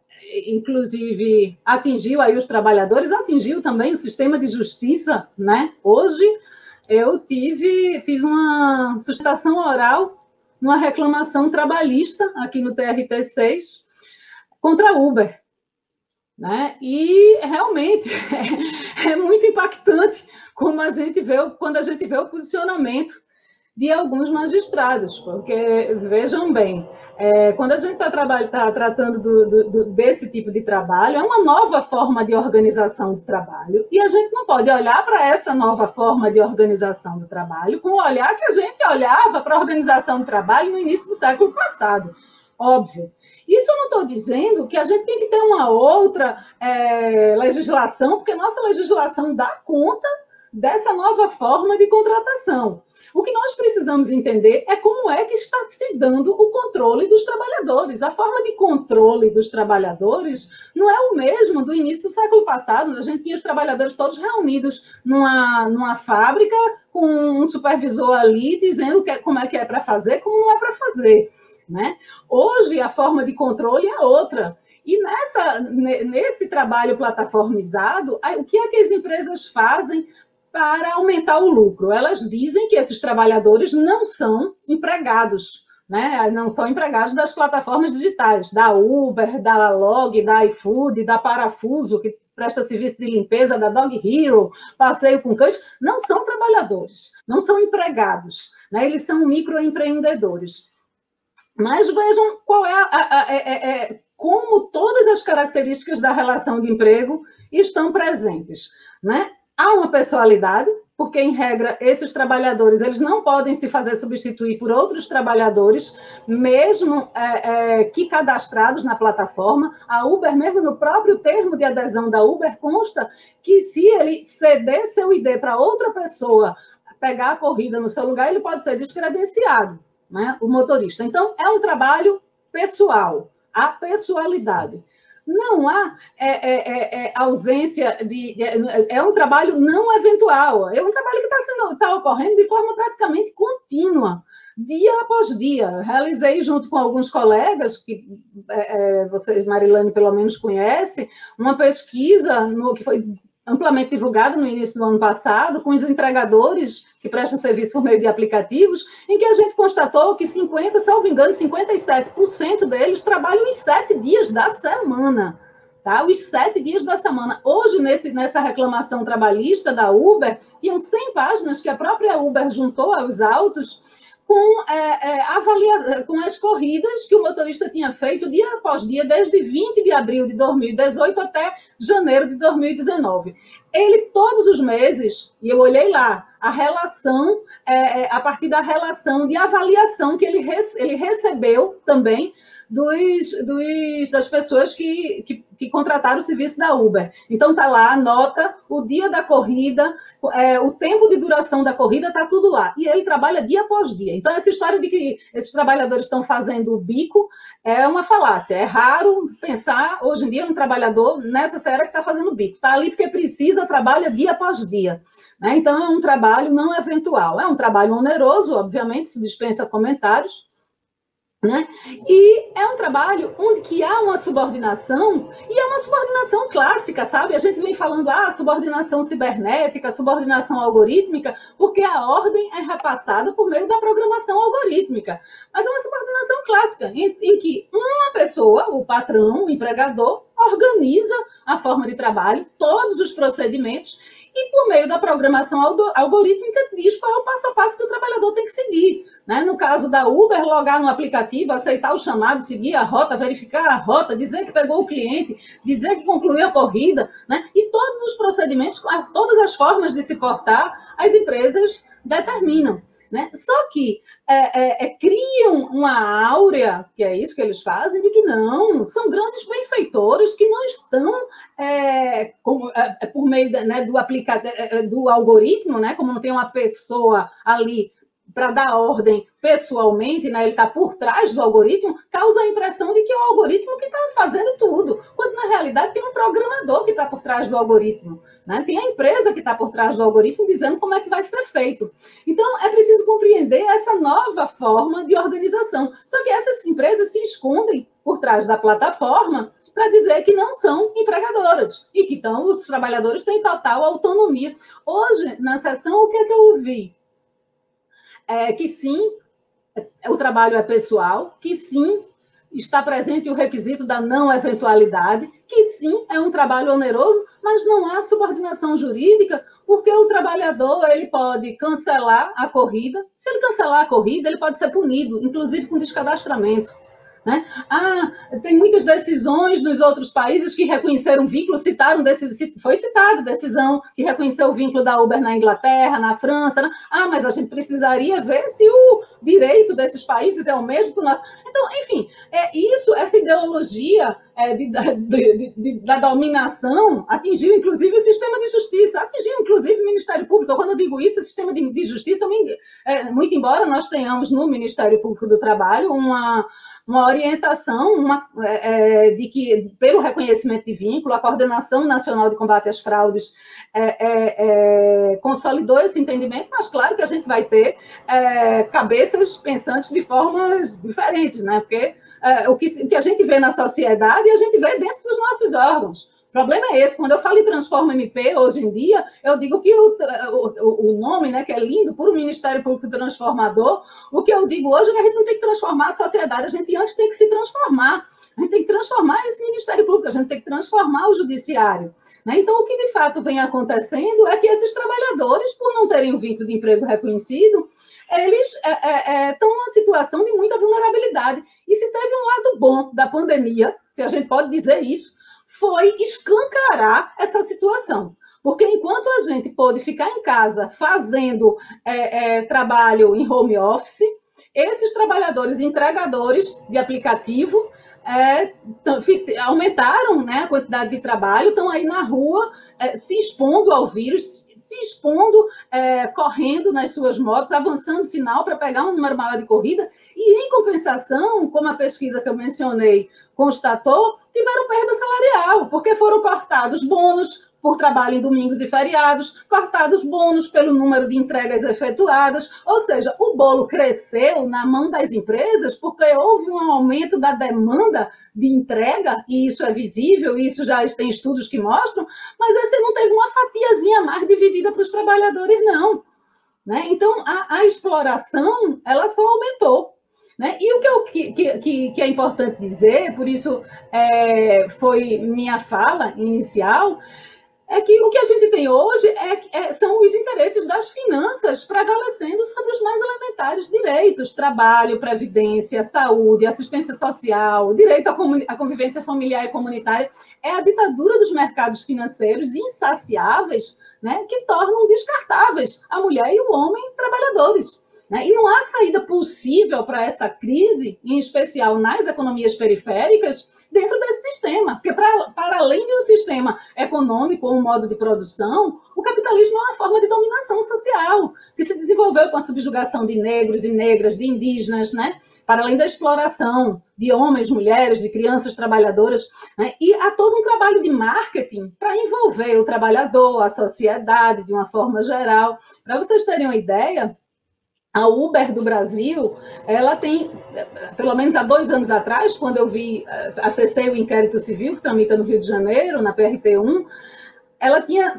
inclusive, atingiu aí os trabalhadores, atingiu também o sistema de justiça, né? Hoje, eu fiz uma sustentação oral, uma reclamação trabalhista aqui no TRT6 contra a Uber, né? E realmente é muito impactante como a gente quando a gente vê o posicionamento de alguns magistrados, porque, vejam bem, quando a gente está tratando desse tipo de trabalho, é uma nova forma de organização do trabalho, e a gente não pode olhar para essa nova forma de organização do trabalho com o olhar que a gente olhava para a organização do trabalho no início do século passado. Óbvio. Isso eu não estou dizendo que a gente tem que ter uma outra legislação, porque nossa legislação dá conta dessa nova forma de contratação. O que nós precisamos entender é como é que está se dando o controle dos trabalhadores. A forma de controle dos trabalhadores não é o mesmo do início do século passado. A gente tinha os trabalhadores todos reunidos numa fábrica, com um supervisor ali dizendo como é que é para fazer, como não é para fazer, né? Hoje, a forma de controle é outra. E nesse trabalho plataformizado, o que é que as empresas fazem para aumentar o lucro? Elas dizem que esses trabalhadores não são empregados, né? Não são empregados das plataformas digitais, da Uber, da Log, da iFood, da Parafuso, que presta serviço de limpeza, da Dog Hero, passeio com cães, não são trabalhadores, não são empregados, né? Eles são microempreendedores. Mas vejam qual como todas as características da relação de emprego estão presentes, né? Há uma pessoalidade, porque, em regra, esses trabalhadores eles não podem se fazer substituir por outros trabalhadores, mesmo que cadastrados na plataforma. A Uber, mesmo no próprio termo de adesão da Uber, consta que se ele ceder seu ID para outra pessoa pegar a corrida no seu lugar, ele pode ser descredenciado, né, o motorista. Então, é um trabalho pessoal, a pessoalidade. Não há ausência de... É um trabalho não eventual, é um trabalho que está ocorrendo de forma praticamente contínua, dia após dia. Realizei, junto com alguns colegas, que você, Marilane, pelo menos conhece, uma pesquisa que foi amplamente divulgada no início do ano passado, com os entregadores que prestam serviço por meio de aplicativos, em que a gente constatou que 57% deles trabalham os 7 dias da semana. Tá? Os 7 dias da semana. Hoje, nessa reclamação trabalhista da Uber, tinham 100 páginas que a própria Uber juntou aos autos com as corridas que o motorista tinha feito dia após dia, desde 20 de abril de 2018 até janeiro de 2019. Ele, todos os meses, e eu olhei lá, a relação, a partir da relação de avaliação que ele recebeu também das pessoas que contrataram o serviço da Uber. Então, está lá, anota o dia da corrida, o tempo de duração da corrida, está tudo lá. E ele trabalha dia após dia. Então, essa história de que esses trabalhadores estão fazendo o bico é uma falácia. É raro pensar, hoje em dia, um trabalhador nessa série que está fazendo bico. Está ali porque precisa, trabalha dia após dia. Né? Então, é um trabalho não eventual. É um trabalho oneroso, obviamente, se dispensa comentários. Né? E é um trabalho onde que há uma subordinação, e é uma subordinação clássica, sabe? A gente vem falando, subordinação cibernética, subordinação algorítmica, porque a ordem é repassada por meio da programação algorítmica. Mas é uma subordinação clássica, em que uma pessoa, o patrão, o empregador, organiza a forma de trabalho, todos os procedimentos, e por meio da programação algorítmica diz qual é o passo a passo que o trabalhador tem que seguir. Né? No caso da Uber, logar no aplicativo, aceitar o chamado, seguir a rota, verificar a rota, dizer que pegou o cliente, dizer que concluiu a corrida, né? E todos os procedimentos, todas as formas de se portar, as empresas determinam. Né? Só que criam uma áurea, que é isso que eles fazem, de que não, são grandes benfeitores que não estão por meio do algoritmo, né? Como não tem uma pessoa ali para dar ordem pessoalmente, né? Ele está por trás do algoritmo, causa a impressão de que é o algoritmo que está fazendo tudo, quando na realidade tem um programador que está por trás do algoritmo. Né? Tem a empresa que está por trás do algoritmo dizendo como é que vai ser feito. Então, é preciso compreender essa nova forma de organização. Só que essas empresas se escondem por trás da plataforma para dizer que não são empregadoras e que os trabalhadores têm total autonomia. Hoje, na sessão, o que é que eu ouvi? Que sim, o trabalho é pessoal, que sim, está presente o requisito da não eventualidade, que sim, é um trabalho oneroso, mas não há subordinação jurídica, porque o trabalhador ele pode cancelar a corrida. Se ele cancelar a corrida, ele pode ser punido, inclusive com descadastramento. Né? Tem muitas decisões nos outros países que reconheceram vínculo, foi citada decisão que reconheceu o vínculo da Uber na Inglaterra, na França. Né? Mas a gente precisaria ver se o direito desses países é o mesmo que o nosso. Então, enfim, essa ideologia da dominação atingiu, inclusive, o sistema de justiça, atingiu, inclusive, o Ministério Público. Quando eu digo isso, o sistema de justiça, muito embora nós tenhamos no Ministério Público do Trabalho uma orientação de que, pelo reconhecimento de vínculo, a Coordenação Nacional de Combate às Fraudes consolidou esse entendimento, mas claro que a gente vai ter cabeças pensantes de formas diferentes, né? Porque o que a gente vê na sociedade e a gente vê dentro dos nossos órgãos. O problema é esse. Quando eu falo em Transforma MP, hoje em dia, eu digo que o nome, né, que é lindo, puro Ministério Público Transformador, o que eu digo hoje é que a gente não tem que transformar a sociedade, a gente antes tem que se transformar. A gente tem que transformar esse Ministério Público, a gente tem que transformar o Judiciário. Né? Então, o que de fato vem acontecendo é que esses trabalhadores, por não terem um vínculo de emprego reconhecido, eles estão numa situação de muita vulnerabilidade. E se teve um lado bom da pandemia, se a gente pode dizer isso, foi escancarar essa situação. Porque enquanto a gente pôde ficar em casa fazendo trabalho em home office, esses trabalhadores entregadores de aplicativo aumentaram, né, a quantidade de trabalho, estão aí na rua se expondo ao vírus, se expondo, correndo nas suas motos, avançando sinal para pegar um número maior de corrida, e em compensação, como a pesquisa que eu mencionei constatou, tiveram perda salarial, porque foram cortados bônus por trabalho em domingos e feriados, cortados bônus pelo número de entregas efetuadas, ou seja, o bolo cresceu na mão das empresas porque houve um aumento da demanda de entrega, e isso é visível, isso já tem estudos que mostram, mas esse não teve uma fatiazinha mais dividida para os trabalhadores, não. Né? Então, a exploração, ela só aumentou. Né? E o que é importante dizer, por isso foi minha fala inicial, é que o que a gente tem hoje são os interesses das finanças prevalecendo sobre os mais elementares direitos: trabalho, previdência, saúde, assistência social, direito à convivência familiar e comunitária. É a ditadura dos mercados financeiros insaciáveis, né, que tornam descartáveis a mulher e o homem trabalhadores. E não há saída possível para essa crise, em especial nas economias periféricas, dentro desse sistema, porque para além de um sistema econômico ou um modo de produção, o capitalismo é uma forma de dominação social, que se desenvolveu com a subjugação de negros e negras, de indígenas, né? Para além da exploração de homens, mulheres, de crianças trabalhadoras, né? E há todo um trabalho de marketing para envolver o trabalhador, a sociedade, de uma forma geral. Para vocês terem uma ideia, a Uber do Brasil, ela tem, pelo menos há 2 anos atrás, quando eu acessei o inquérito civil que tramita no Rio de Janeiro, na PRT1, ela tinha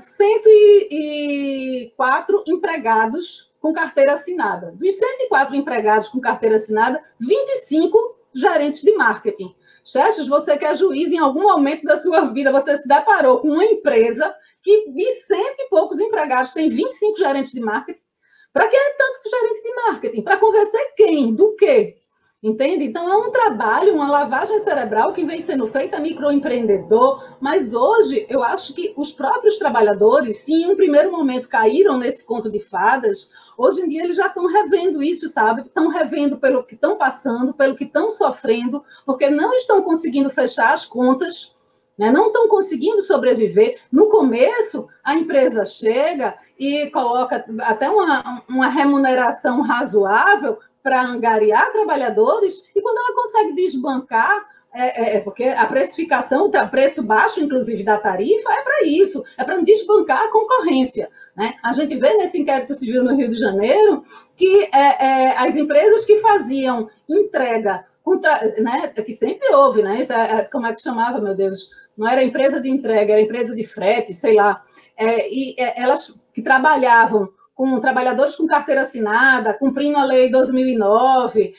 104 empregados com carteira assinada. Dos 104 empregados com carteira assinada, 25 gerentes de marketing. Chestes, você que é juiz, em algum momento da sua vida, você se deparou com uma empresa que de 100 e poucos empregados tem 25 gerentes de marketing? Para que é tanto gerente de marketing? Para convencer quem? Do quê? Entende? Então, é um trabalho, uma lavagem cerebral que vem sendo feita microempreendedor, mas hoje eu acho que os próprios trabalhadores, se em um primeiro momento caíram nesse conto de fadas, hoje em dia eles já estão revendo isso, sabe? Estão revendo pelo que estão passando, pelo que estão sofrendo, porque não estão conseguindo fechar as contas, né? Não estão conseguindo sobreviver. No começo, a empresa chega e coloca até uma remuneração razoável para angariar trabalhadores, e quando ela consegue desbancar, porque a precificação, o preço baixo, inclusive, da tarifa, é para isso, é para desbancar a concorrência. Né? A gente vê nesse inquérito civil no Rio de Janeiro que as empresas que faziam entrega, né, que sempre houve, né? Como é que chamava, meu Deus? Não era empresa de entrega, era empresa de frete, sei lá. Elas que trabalhavam com trabalhadores com carteira assinada, cumprindo a lei 2009,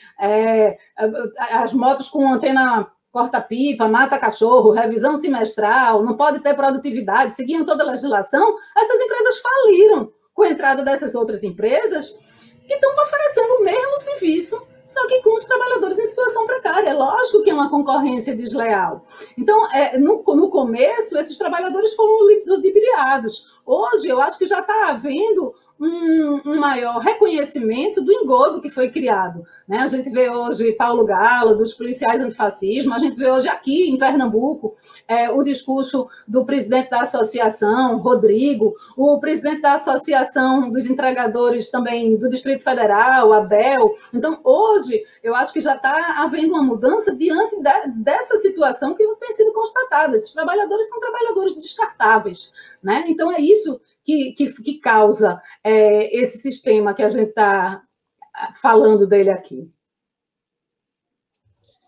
as motos com antena corta-pipa, mata-cachorro, revisão semestral, não pode ter produtividade, seguiam toda a legislação, essas empresas faliram com a entrada dessas outras empresas que estão oferecendo o mesmo serviço, só que com os trabalhadores em situação precária. É lógico que é uma concorrência desleal. Então, no começo, esses trabalhadores foram ludibriados. Hoje, eu acho que já está havendo um maior reconhecimento do engodo que foi criado. Né? A gente vê hoje Paulo Galo, dos policiais antifascismo, a gente vê hoje aqui em Pernambuco o discurso do presidente da associação, Rodrigo, o presidente da associação dos entregadores também do Distrito Federal, Abel. Então, hoje, eu acho que já está havendo uma mudança diante dessa situação que tem sido constatada. Esses trabalhadores são trabalhadores descartáveis. Né? Então, é isso que causa esse sistema que a gente está falando dele aqui.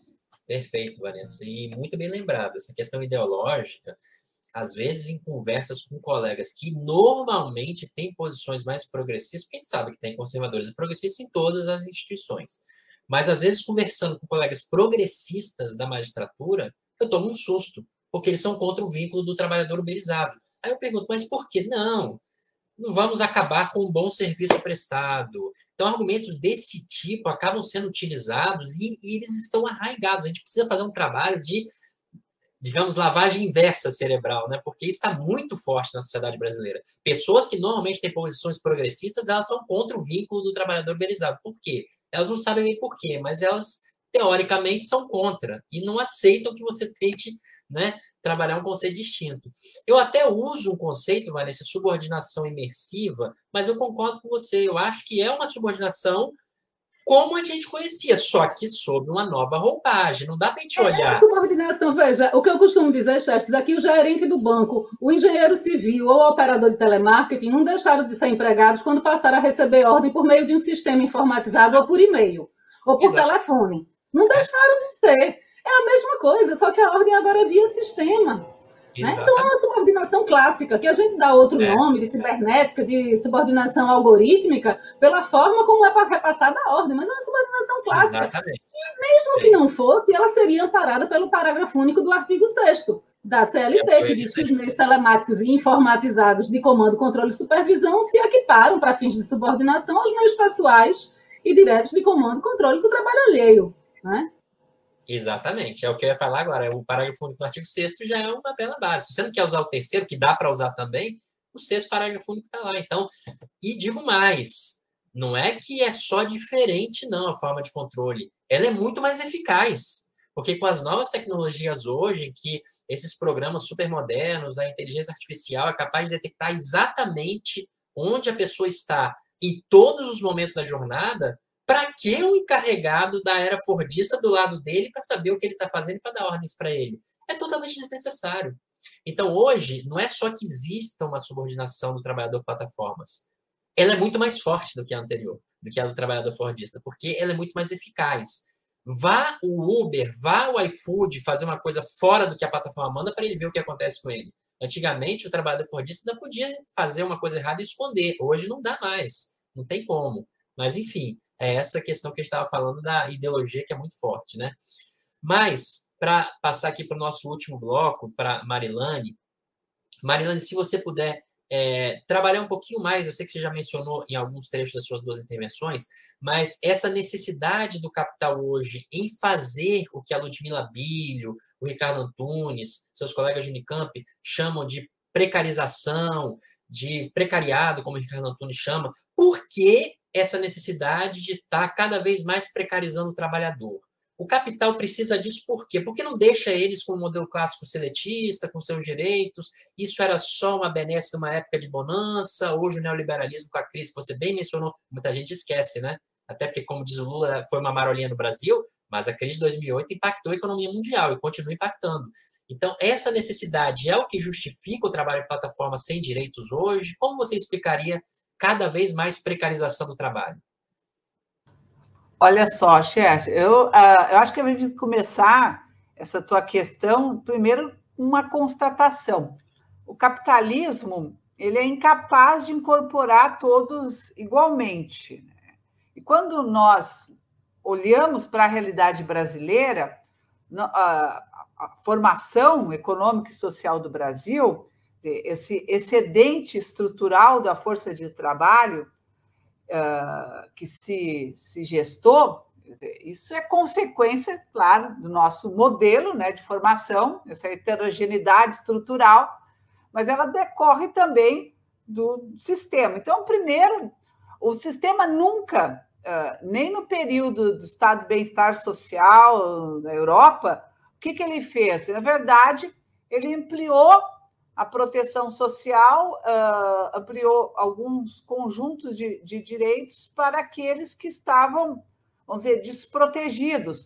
Perfeito, Vanessa. E muito bem lembrado, essa questão ideológica, às vezes em conversas com colegas que normalmente têm posições mais progressistas, porque a gente sabe que tem conservadores e progressistas em todas as instituições, mas às vezes conversando com colegas progressistas da magistratura, eu tomo um susto, porque eles são contra o vínculo do trabalhador uberizado. Aí eu pergunto, mas por quê? Não vamos acabar com um bom serviço prestado. Então, argumentos desse tipo acabam sendo utilizados e eles estão arraigados. A gente precisa fazer um trabalho de, digamos, lavagem inversa cerebral, né? Porque isso está muito forte na sociedade brasileira. Pessoas que normalmente têm posições progressistas, elas são contra o vínculo do trabalhador uberizado. Por quê? Elas não sabem bem por quê, mas elas, teoricamente, são contra e não aceitam que você tente, né, trabalhar um conceito distinto. Eu até uso um conceito, Vanessa, subordinação imersiva, mas eu concordo com você. Eu acho que é uma subordinação como a gente conhecia, só que sob uma nova roupagem. Não dá para a gente olhar. Subordinação, veja, o que eu costumo dizer, Chestes, aqui o gerente do banco, o engenheiro civil ou o operador de telemarketing não deixaram de ser empregados quando passaram a receber ordem por meio de um sistema informatizado ou por e-mail, ou por telefone. Não deixaram de ser. É a mesma coisa, só que a ordem agora é via sistema. Né? Então, é uma subordinação clássica, que a gente dá outro nome, de cibernética, de subordinação algorítmica, pela forma como é repassada a ordem, mas é uma subordinação clássica. Exatamente. E mesmo que não fosse, ela seria amparada pelo parágrafo único do artigo 6º da CLT, que diz que os meios telemáticos e informatizados de comando, controle e supervisão se equiparam para fins de subordinação aos meios pessoais e diretos de comando, controle do trabalho alheio. Né? Exatamente, é o que eu ia falar agora. O parágrafo único do artigo 6º já é uma bela base. Se você não quer usar o terceiro, que dá para usar também, o 6º parágrafo único está lá. Então, e digo mais, não é que é só diferente, não, a forma de controle. Ela é muito mais eficaz. Porque com as novas tecnologias hoje, em que esses programas super modernos, a inteligência artificial é capaz de detectar exatamente onde a pessoa está em todos os momentos da jornada, para que o encarregado da era fordista do lado dele para saber o que ele está fazendo e para dar ordens para ele? É totalmente desnecessário. Então, hoje, não é só que exista uma subordinação do trabalhador plataformas. Ela é muito mais forte do que a anterior, do que a do trabalhador fordista, porque ela é muito mais eficaz. Vá o Uber, vá o iFood fazer uma coisa fora do que a plataforma manda para ele ver o que acontece com ele. Antigamente, o trabalhador fordista ainda podia fazer uma coisa errada e esconder. Hoje não dá mais. Não tem como. Mas, enfim, é essa questão que a gente estava falando da ideologia, que é muito forte, né? Mas, para passar aqui para o nosso último bloco, para Marilane, se você puder trabalhar um pouquinho mais, eu sei que você já mencionou em alguns trechos das suas duas intervenções, mas essa necessidade do capital hoje em fazer o que a Ludmila Bilho, o Ricardo Antunes, seus colegas de Unicamp chamam de precarização, de precariado, como o Ricardo Antunes chama, por que essa necessidade de estar cada vez mais precarizando o trabalhador? O capital precisa disso por quê? Porque não deixa eles com o modelo clássico seletista, com seus direitos. Isso era só uma benesse numa época de bonança. Hoje o neoliberalismo com a crise, que você bem mencionou, muita gente esquece, né? Até porque, como diz o Lula, foi uma marolinha no Brasil, mas a crise de 2008 impactou a economia mundial e continua impactando. Então, essa necessidade é o que justifica o trabalho em plataforma sem direitos hoje? Como você explicaria cada vez mais precarização do trabalho? Olha só, Cher, eu acho que a gente tem que começar essa tua questão, primeiro, uma constatação. O capitalismo, ele é incapaz de incorporar todos igualmente. E quando nós olhamos para a realidade brasileira, a formação econômica e social do Brasil, esse excedente estrutural da força de trabalho, que se gestou, quer dizer, isso é consequência, claro, do nosso modelo, né, de formação, essa heterogeneidade estrutural, mas ela decorre também do sistema. Então, primeiro, o sistema nunca, nem no período do estado de bem-estar social na Europa, o que ele fez? Na verdade, ele ampliou a proteção social, ampliou alguns conjuntos de direitos para aqueles que estavam, vamos dizer, desprotegidos.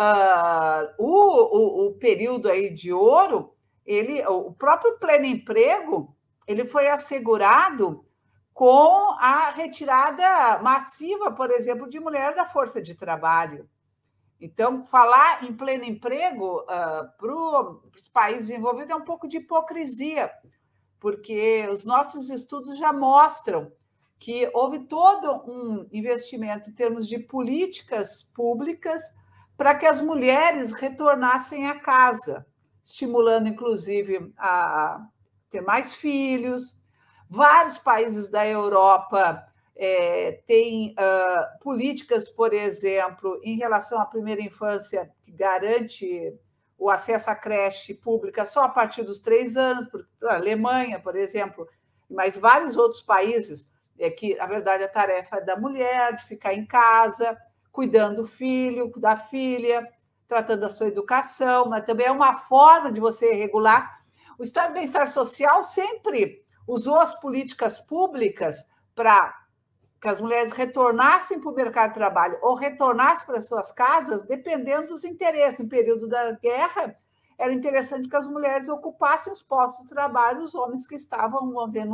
O período aí de ouro, o próprio pleno emprego, ele foi assegurado com a retirada massiva, por exemplo, de mulheres da força de trabalho. Então, falar em pleno emprego para os países envolvidos é um pouco de hipocrisia, porque os nossos estudos já mostram que houve todo um investimento em termos de políticas públicas para que as mulheres retornassem à casa, estimulando, inclusive, a ter mais filhos. Vários países da Europa têm políticas, por exemplo, em relação à primeira infância, que garante o acesso à creche pública só a partir dos 3 anos, a Alemanha, por exemplo, mas vários outros países, que, na verdade, a tarefa é da mulher, de ficar em casa, cuidando do filho, da filha, tratando da sua educação, mas também é uma forma de você regular. O Estado de Bem-Estar Social sempre usou as políticas públicas para que as mulheres retornassem para o mercado de trabalho ou retornassem para as suas casas, dependendo dos interesses. No período da guerra, era interessante que as mulheres ocupassem os postos de trabalho dos homens que estavam, vamos dizer,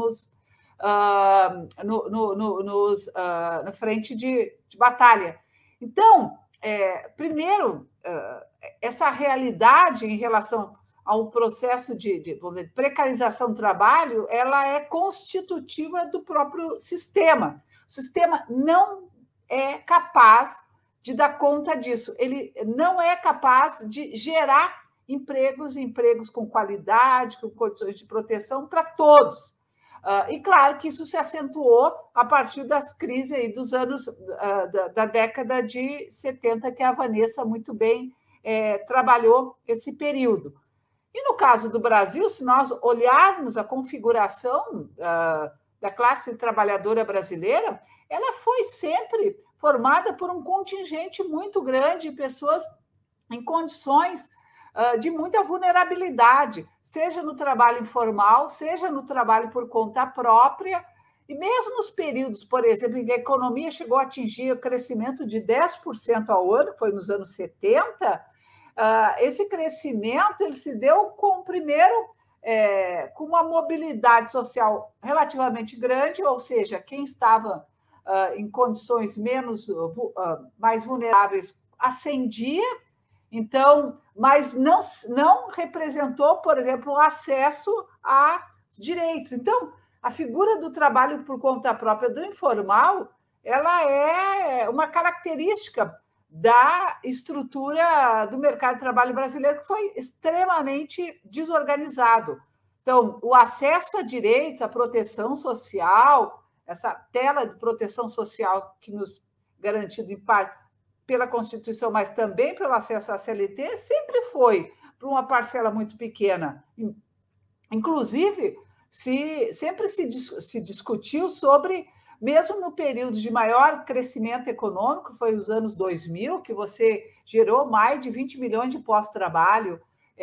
na frente de batalha. Então, primeiro, essa realidade em relação ao processo vamos dizer, de precarização do trabalho, ela é constitutiva do próprio sistema. O sistema não é capaz de dar conta disso. Ele não é capaz de gerar empregos com qualidade, com condições de proteção para todos. E claro que isso se acentuou a partir das crises aí dos anos da década de 70, que a Vanessa muito bem trabalhou esse período. E no caso do Brasil, se nós olharmos a configuração da classe trabalhadora brasileira, ela foi sempre formada por um contingente muito grande de pessoas em condições de muita vulnerabilidade, seja no trabalho informal, seja no trabalho por conta própria, e mesmo nos períodos, por exemplo, em que a economia chegou a atingir o crescimento de 10% ao ano, foi nos anos 70, esse crescimento ele se deu com uma mobilidade social relativamente grande, ou seja, quem estava em condições mais vulneráveis ascendia, então, mas não representou, por exemplo, o acesso a direitos. Então, a figura do trabalho por conta própria do informal, ela é uma característica da estrutura do mercado de trabalho brasileiro, que foi extremamente desorganizado. Então, o acesso a direitos, a proteção social, essa tela de proteção social que nos garantida em parte pela Constituição, mas também pelo acesso à CLT, sempre foi para uma parcela muito pequena. Inclusive, sempre se discutiu sobre, mesmo no período de maior crescimento econômico, foi os anos 2000, que você gerou mais de 20 milhões de pós-trabalho,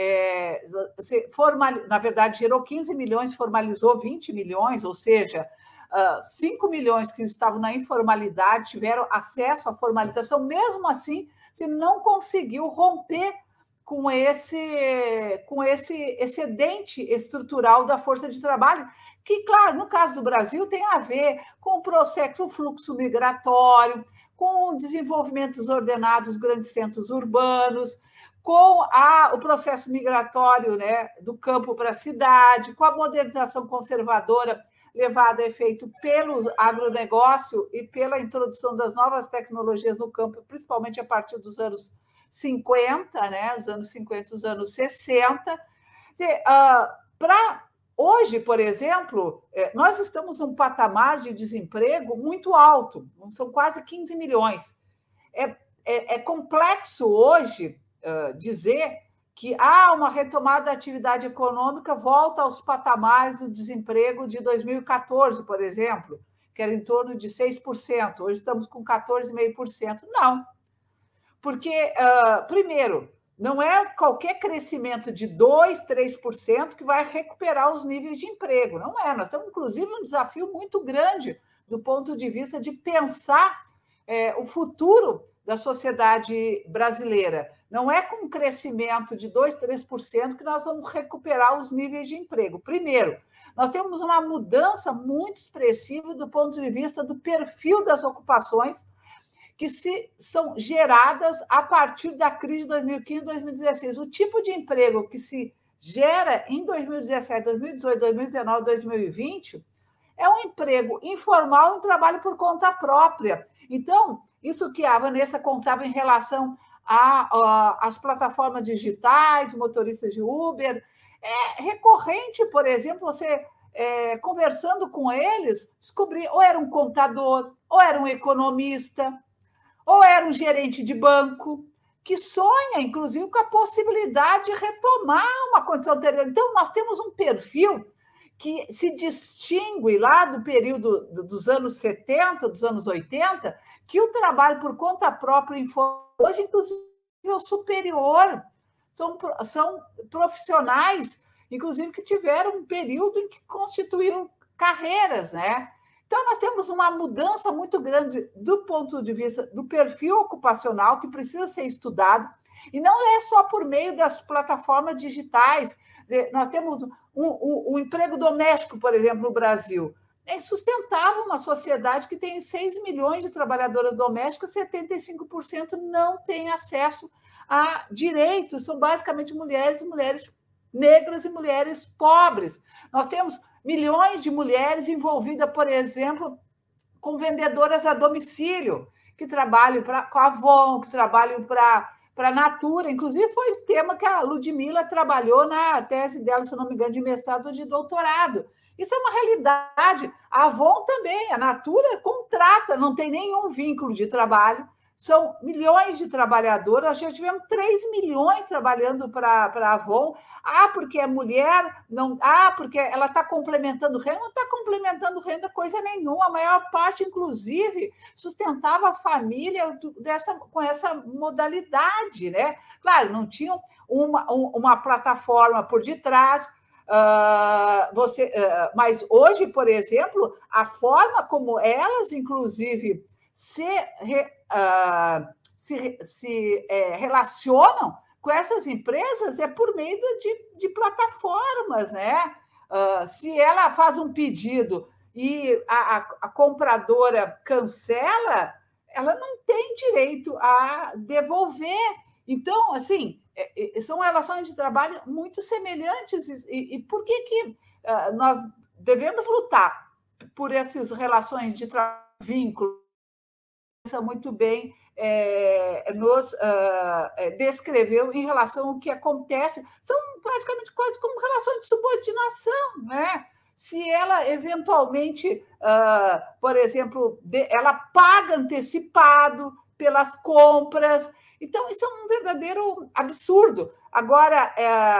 na verdade, gerou 15 milhões, formalizou 20 milhões, ou seja, 5 milhões que estavam na informalidade tiveram acesso à formalização. Mesmo assim, você não conseguiu romper com esse excedente estrutural da força de trabalho, que, claro, no caso do Brasil, tem a ver com o processo, o fluxo migratório, com o desenvolvimento desordenado dos grandes centros urbanos, com o processo migratório, né, do campo para a cidade, com a modernização conservadora levada a efeito pelo agronegócio e pela introdução das novas tecnologias no campo, principalmente a partir dos anos 50, né, os anos 50, os anos 60. Para hoje, por exemplo, nós estamos num patamar de desemprego muito alto, são quase 15 milhões. É complexo hoje dizer que uma retomada da atividade econômica volta aos patamares do desemprego de 2014, por exemplo, que era em torno de 6%. Hoje estamos com 14,5%. Não. Porque, primeiro, não é qualquer crescimento de 2%, 3% que vai recuperar os níveis de emprego. Não é. Nós temos, inclusive, um desafio muito grande do ponto de vista de pensar o futuro da sociedade brasileira. Não é com um crescimento de 2%, 3% que nós vamos recuperar os níveis de emprego. Primeiro, nós temos uma mudança muito expressiva do ponto de vista do perfil das ocupações, que são geradas a partir da crise de 2015 e 2016. O tipo de emprego que se gera em 2017, 2018, 2019, 2020 é um emprego informal, um trabalho por conta própria. Então, isso que a Vanessa contava em relação às plataformas digitais, motoristas de Uber, é recorrente, por exemplo, você conversando com eles, descobrir ou era um contador, ou era um economista, ou era um gerente de banco, que sonha, inclusive, com a possibilidade de retomar uma condição anterior. Então, nós temos um perfil que se distingue lá do período dos anos 70, dos anos 80, que o trabalho por conta própria hoje, inclusive, é o superior. São profissionais, inclusive, que tiveram um período em que constituíram carreiras, né? Então, nós temos uma mudança muito grande do ponto de vista do perfil ocupacional que precisa ser estudado, e não é só por meio das plataformas digitais. Quer dizer, nós temos um emprego doméstico, por exemplo, no Brasil. É insustentável uma sociedade que tem 6 milhões de trabalhadoras domésticas, 75% não têm acesso a direitos, são basicamente mulheres negras e mulheres pobres. Nós temos milhões de mulheres envolvidas, por exemplo, com vendedoras a domicílio, que trabalham com a Avon, que trabalham para a Natura. Inclusive, foi o tema que a Ludmila trabalhou na tese dela, se não me engano, de mestrado ou de doutorado. Isso é uma realidade. A Avon também, a Natura contrata, não tem nenhum vínculo de trabalho. São milhões de trabalhadoras, nós já tivemos 3 milhões trabalhando para a Avon. Porque é mulher, não, porque ela está complementando renda, não está complementando renda coisa nenhuma. A maior parte, inclusive, sustentava a família com essa modalidade, né? Claro, não tinham uma plataforma por detrás. Mas hoje, por exemplo, a forma como elas, inclusive, se relacionam com essas empresas é por meio de plataformas, né? Se ela faz um pedido e a compradora cancela, ela não tem direito a devolver. Então, assim, são relações de trabalho muito semelhantes. E por que nós devemos lutar por essas relações de vínculo? Muito bem nos descreveu em relação ao que acontece. São praticamente coisas como relações de subordinação, né? Se ela eventualmente, por exemplo, ela paga antecipado pelas compras. Então, isso é um verdadeiro absurdo. Agora,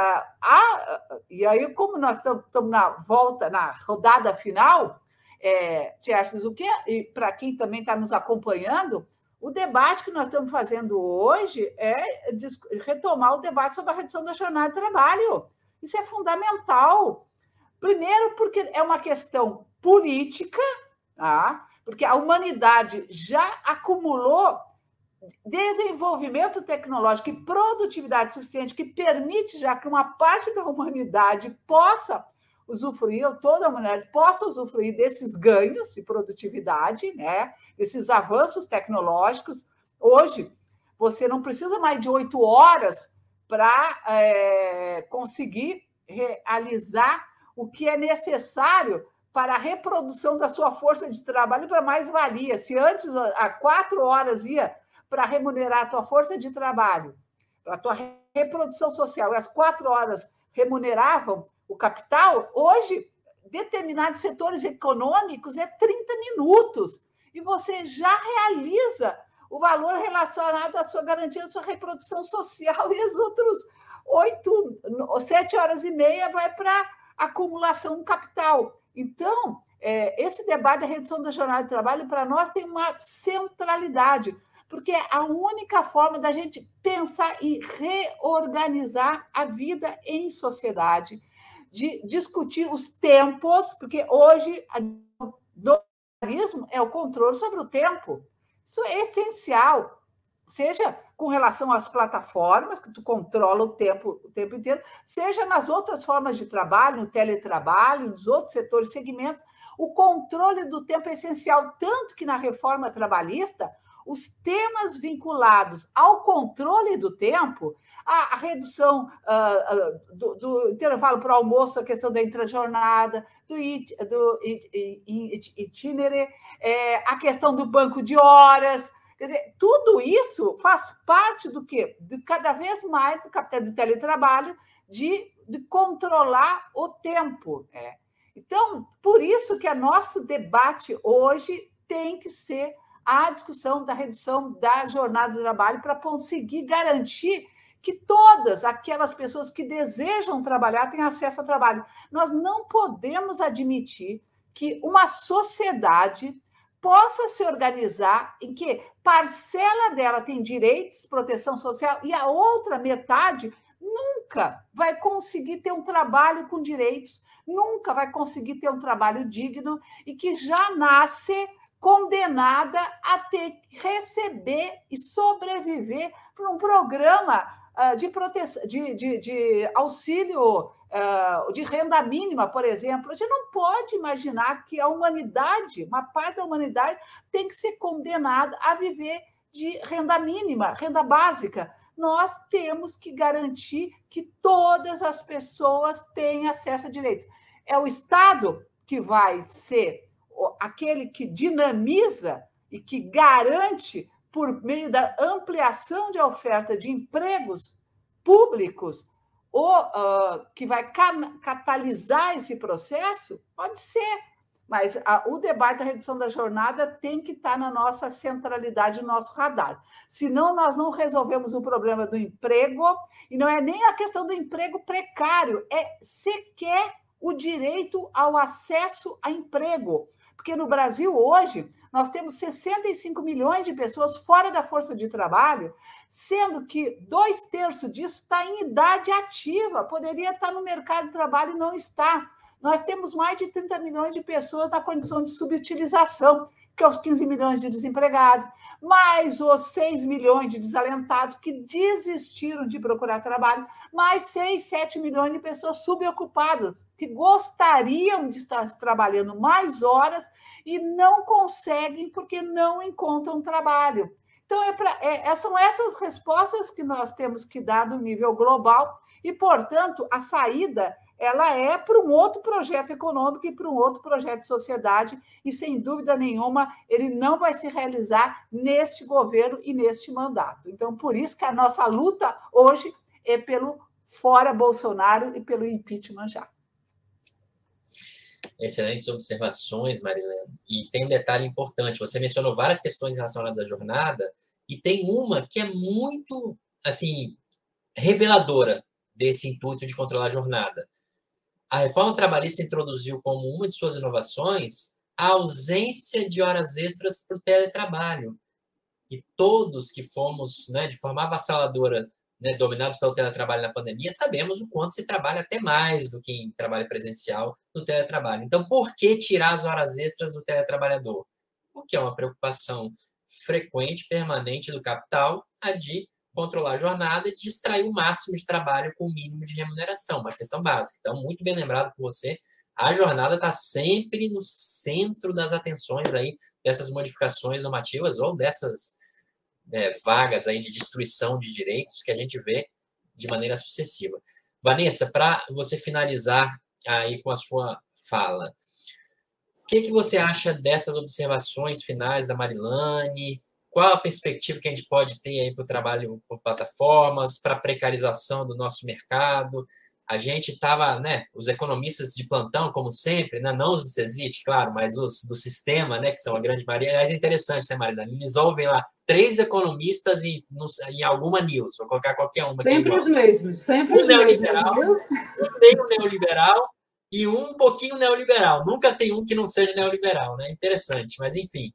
e aí, como nós estamos na rodada final, Tiestes, o que, e para quem também está nos acompanhando, o debate que nós estamos fazendo hoje é retomar o debate sobre a redução da jornada de trabalho. Isso é fundamental. Primeiro, porque é uma questão política, tá? Porque a humanidade já acumulou desenvolvimento tecnológico e produtividade suficiente que permite já que uma parte da humanidade possa usufruir, toda a humanidade possa usufruir desses ganhos de produtividade, né? Esses avanços tecnológicos. Hoje, você não precisa mais de 8 horas para conseguir realizar o que é necessário para a reprodução da sua força de trabalho para mais-valia. Se antes, a 4 horas ia para remunerar a tua força de trabalho, para a tua reprodução social, e as 4 horas remuneravam o capital, hoje, determinados setores econômicos é 30 minutos, e você já realiza o valor relacionado à sua garantia, à sua reprodução social, e as outras 7 horas e meia vai para acumulação de capital. Então, esse debate da redução da jornada de trabalho, para nós, tem uma centralidade, porque é a única forma da gente pensar e reorganizar a vida em sociedade, de discutir os tempos, porque hoje o capitalismo é o controle sobre o tempo. Isso é essencial, seja com relação às plataformas, que tu controla o tempo inteiro, seja nas outras formas de trabalho, no teletrabalho, nos outros setores, segmentos. O controle do tempo é essencial, tanto que na reforma trabalhista, os temas vinculados ao controle do tempo, a redução do intervalo para o almoço, a questão da intrajornada, do itinere, a questão do banco de horas. Quer dizer, tudo isso faz parte do quê? De cada vez mais do teletrabalho, de controlar o tempo. Então, por isso que o nosso debate hoje tem que ser a discussão da redução da jornada de trabalho para conseguir garantir que todas aquelas pessoas que desejam trabalhar tenham acesso ao trabalho. Nós não podemos admitir que uma sociedade possa se organizar em que parcela dela tem direitos, proteção social, e a outra metade nunca vai conseguir ter um trabalho com direitos, nunca vai conseguir ter um trabalho digno e que já nasce condenada a ter que receber e sobreviver para um programa de proteção, de auxílio, de renda mínima, por exemplo. A gente não pode imaginar que a humanidade, uma parte da humanidade, tem que ser condenada a viver de renda mínima, renda básica. Nós temos que garantir que todas as pessoas tenham acesso a direitos. É o Estado que vai ser aquele que dinamiza e que garante, por meio da ampliação de oferta de empregos públicos, que vai catalisar esse processo? Pode ser, mas o debate da redução da jornada tem que estar na nossa centralidade, no nosso radar. Senão, nós não resolvemos o problema do emprego, e não é nem a questão do emprego precário, é sequer o direito ao acesso a emprego. Porque no Brasil, hoje, nós temos 65 milhões de pessoas fora da força de trabalho, sendo que 2/3 disso está em idade ativa, poderia estar no mercado de trabalho e não está. Nós temos mais de 30 milhões de pessoas na condição de subutilização, que é os 15 milhões de desempregados, mais os 6 milhões de desalentados que desistiram de procurar trabalho, mais 6, 7 milhões de pessoas subocupadas, que gostariam de estar trabalhando mais horas e não conseguem porque não encontram trabalho. Então, são essas respostas que nós temos que dar do nível global e, portanto, a saída ela é para um outro projeto econômico e para um outro projeto de sociedade e, sem dúvida nenhuma, ele não vai se realizar neste governo e neste mandato. Então, por isso que a nossa luta hoje é pelo fora Bolsonaro e pelo impeachment já. Excelentes observações, Marilene. E tem um detalhe importante. Você mencionou várias questões relacionadas à jornada e tem uma que é muito, assim, reveladora desse intuito de controlar a jornada. A reforma trabalhista introduziu como uma de suas inovações a ausência de horas extras para o teletrabalho. E todos que fomos, de forma avassaladora, dominados pelo teletrabalho na pandemia, sabemos o quanto se trabalha até mais do que em trabalho presencial no teletrabalho. Então, por que tirar as horas extras do teletrabalhador? Porque é uma preocupação frequente, permanente do capital, a de controlar a jornada e de extrair o máximo de trabalho com o mínimo de remuneração, uma questão básica. Então, muito bem lembrado por você, a jornada está sempre no centro das atenções aí dessas modificações normativas ou dessas vagas aí de destruição de direitos que a gente vê de maneira sucessiva. Vanessa, para você finalizar aí com a sua fala, o que você acha dessas observações finais da Marilene? Qual a perspectiva que a gente pode ter aí para o trabalho por plataformas, para a precarização do nosso mercado? A gente estava, os economistas de plantão, como sempre, não os do CESIT, claro, mas os do sistema, que são a grande maioria. É interessante, Marilene? Eles ouvem lá 3 economistas em alguma news, vou colocar qualquer uma. Sempre os mesmos, sempre os mesmos. Tem um neoliberal e um pouquinho neoliberal. Nunca tem um que não seja neoliberal, né? Interessante, mas enfim.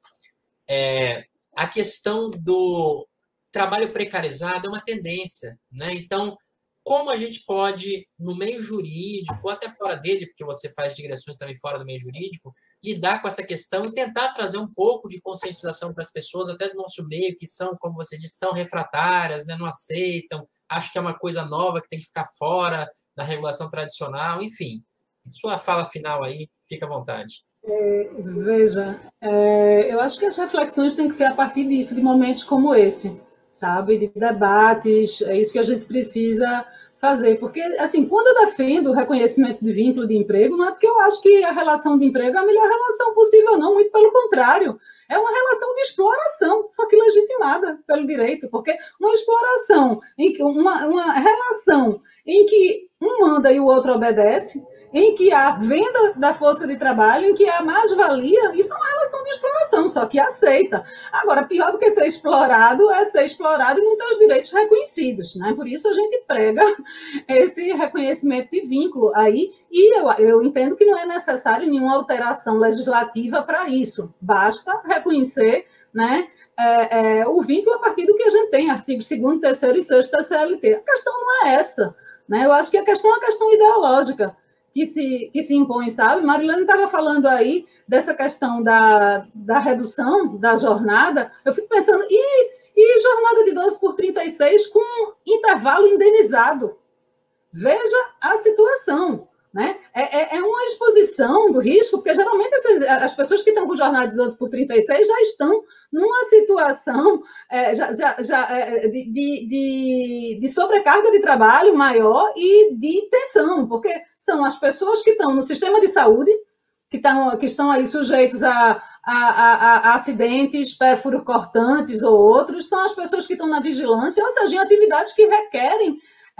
A questão do trabalho precarizado é uma tendência, Então, como a gente pode, no meio jurídico, ou até fora dele, porque você faz digressões também fora do meio jurídico, lidar com essa questão e tentar trazer um pouco de conscientização para as pessoas, até do nosso meio, que são, como você disse, tão refratárias, não aceitam, acham que é uma coisa nova que tem que ficar fora da regulação tradicional, enfim. Sua fala final aí, fica à vontade. Veja, eu acho que as reflexões têm que ser a partir disso, de momentos como esse, sabe? De debates, é isso que a gente precisa fazer. Porque, assim, quando eu defendo o reconhecimento de vínculo de emprego, não é porque eu acho que a relação de emprego é a melhor relação possível, não, muito pelo contrário. É uma relação de exploração, só que legitimada pelo direito, porque uma exploração, uma relação em que um manda e o outro obedece, em que há venda da força de trabalho, em que há mais-valia, isso é uma relação de exploração, só que aceita. Agora, pior do que ser explorado é ser explorado e não ter os direitos reconhecidos, né? Por isso a gente prega esse reconhecimento de vínculo aí, e eu entendo que não é necessário nenhuma alteração legislativa para isso, basta reconhecer, né, o vínculo a partir do que a gente tem, artigos 2º, 3º e 6º da CLT. A questão não é esta, né? Eu acho que a questão é uma questão ideológica, que se impõe, sabe? Marilene estava falando aí dessa questão da redução da jornada. Eu fico pensando, e jornada de 12 por 36 com intervalo indenizado? Veja a situação, né? É uma exposição do risco, porque geralmente as pessoas que estão com jornada de 12 por 36 já estão numa situação de sobrecarga de trabalho maior e de tensão, porque são as pessoas que estão no sistema de saúde, que estão aí sujeitos a acidentes, pérfuro cortantes ou outros, são as pessoas que estão na vigilância, ou seja, em atividades que requerem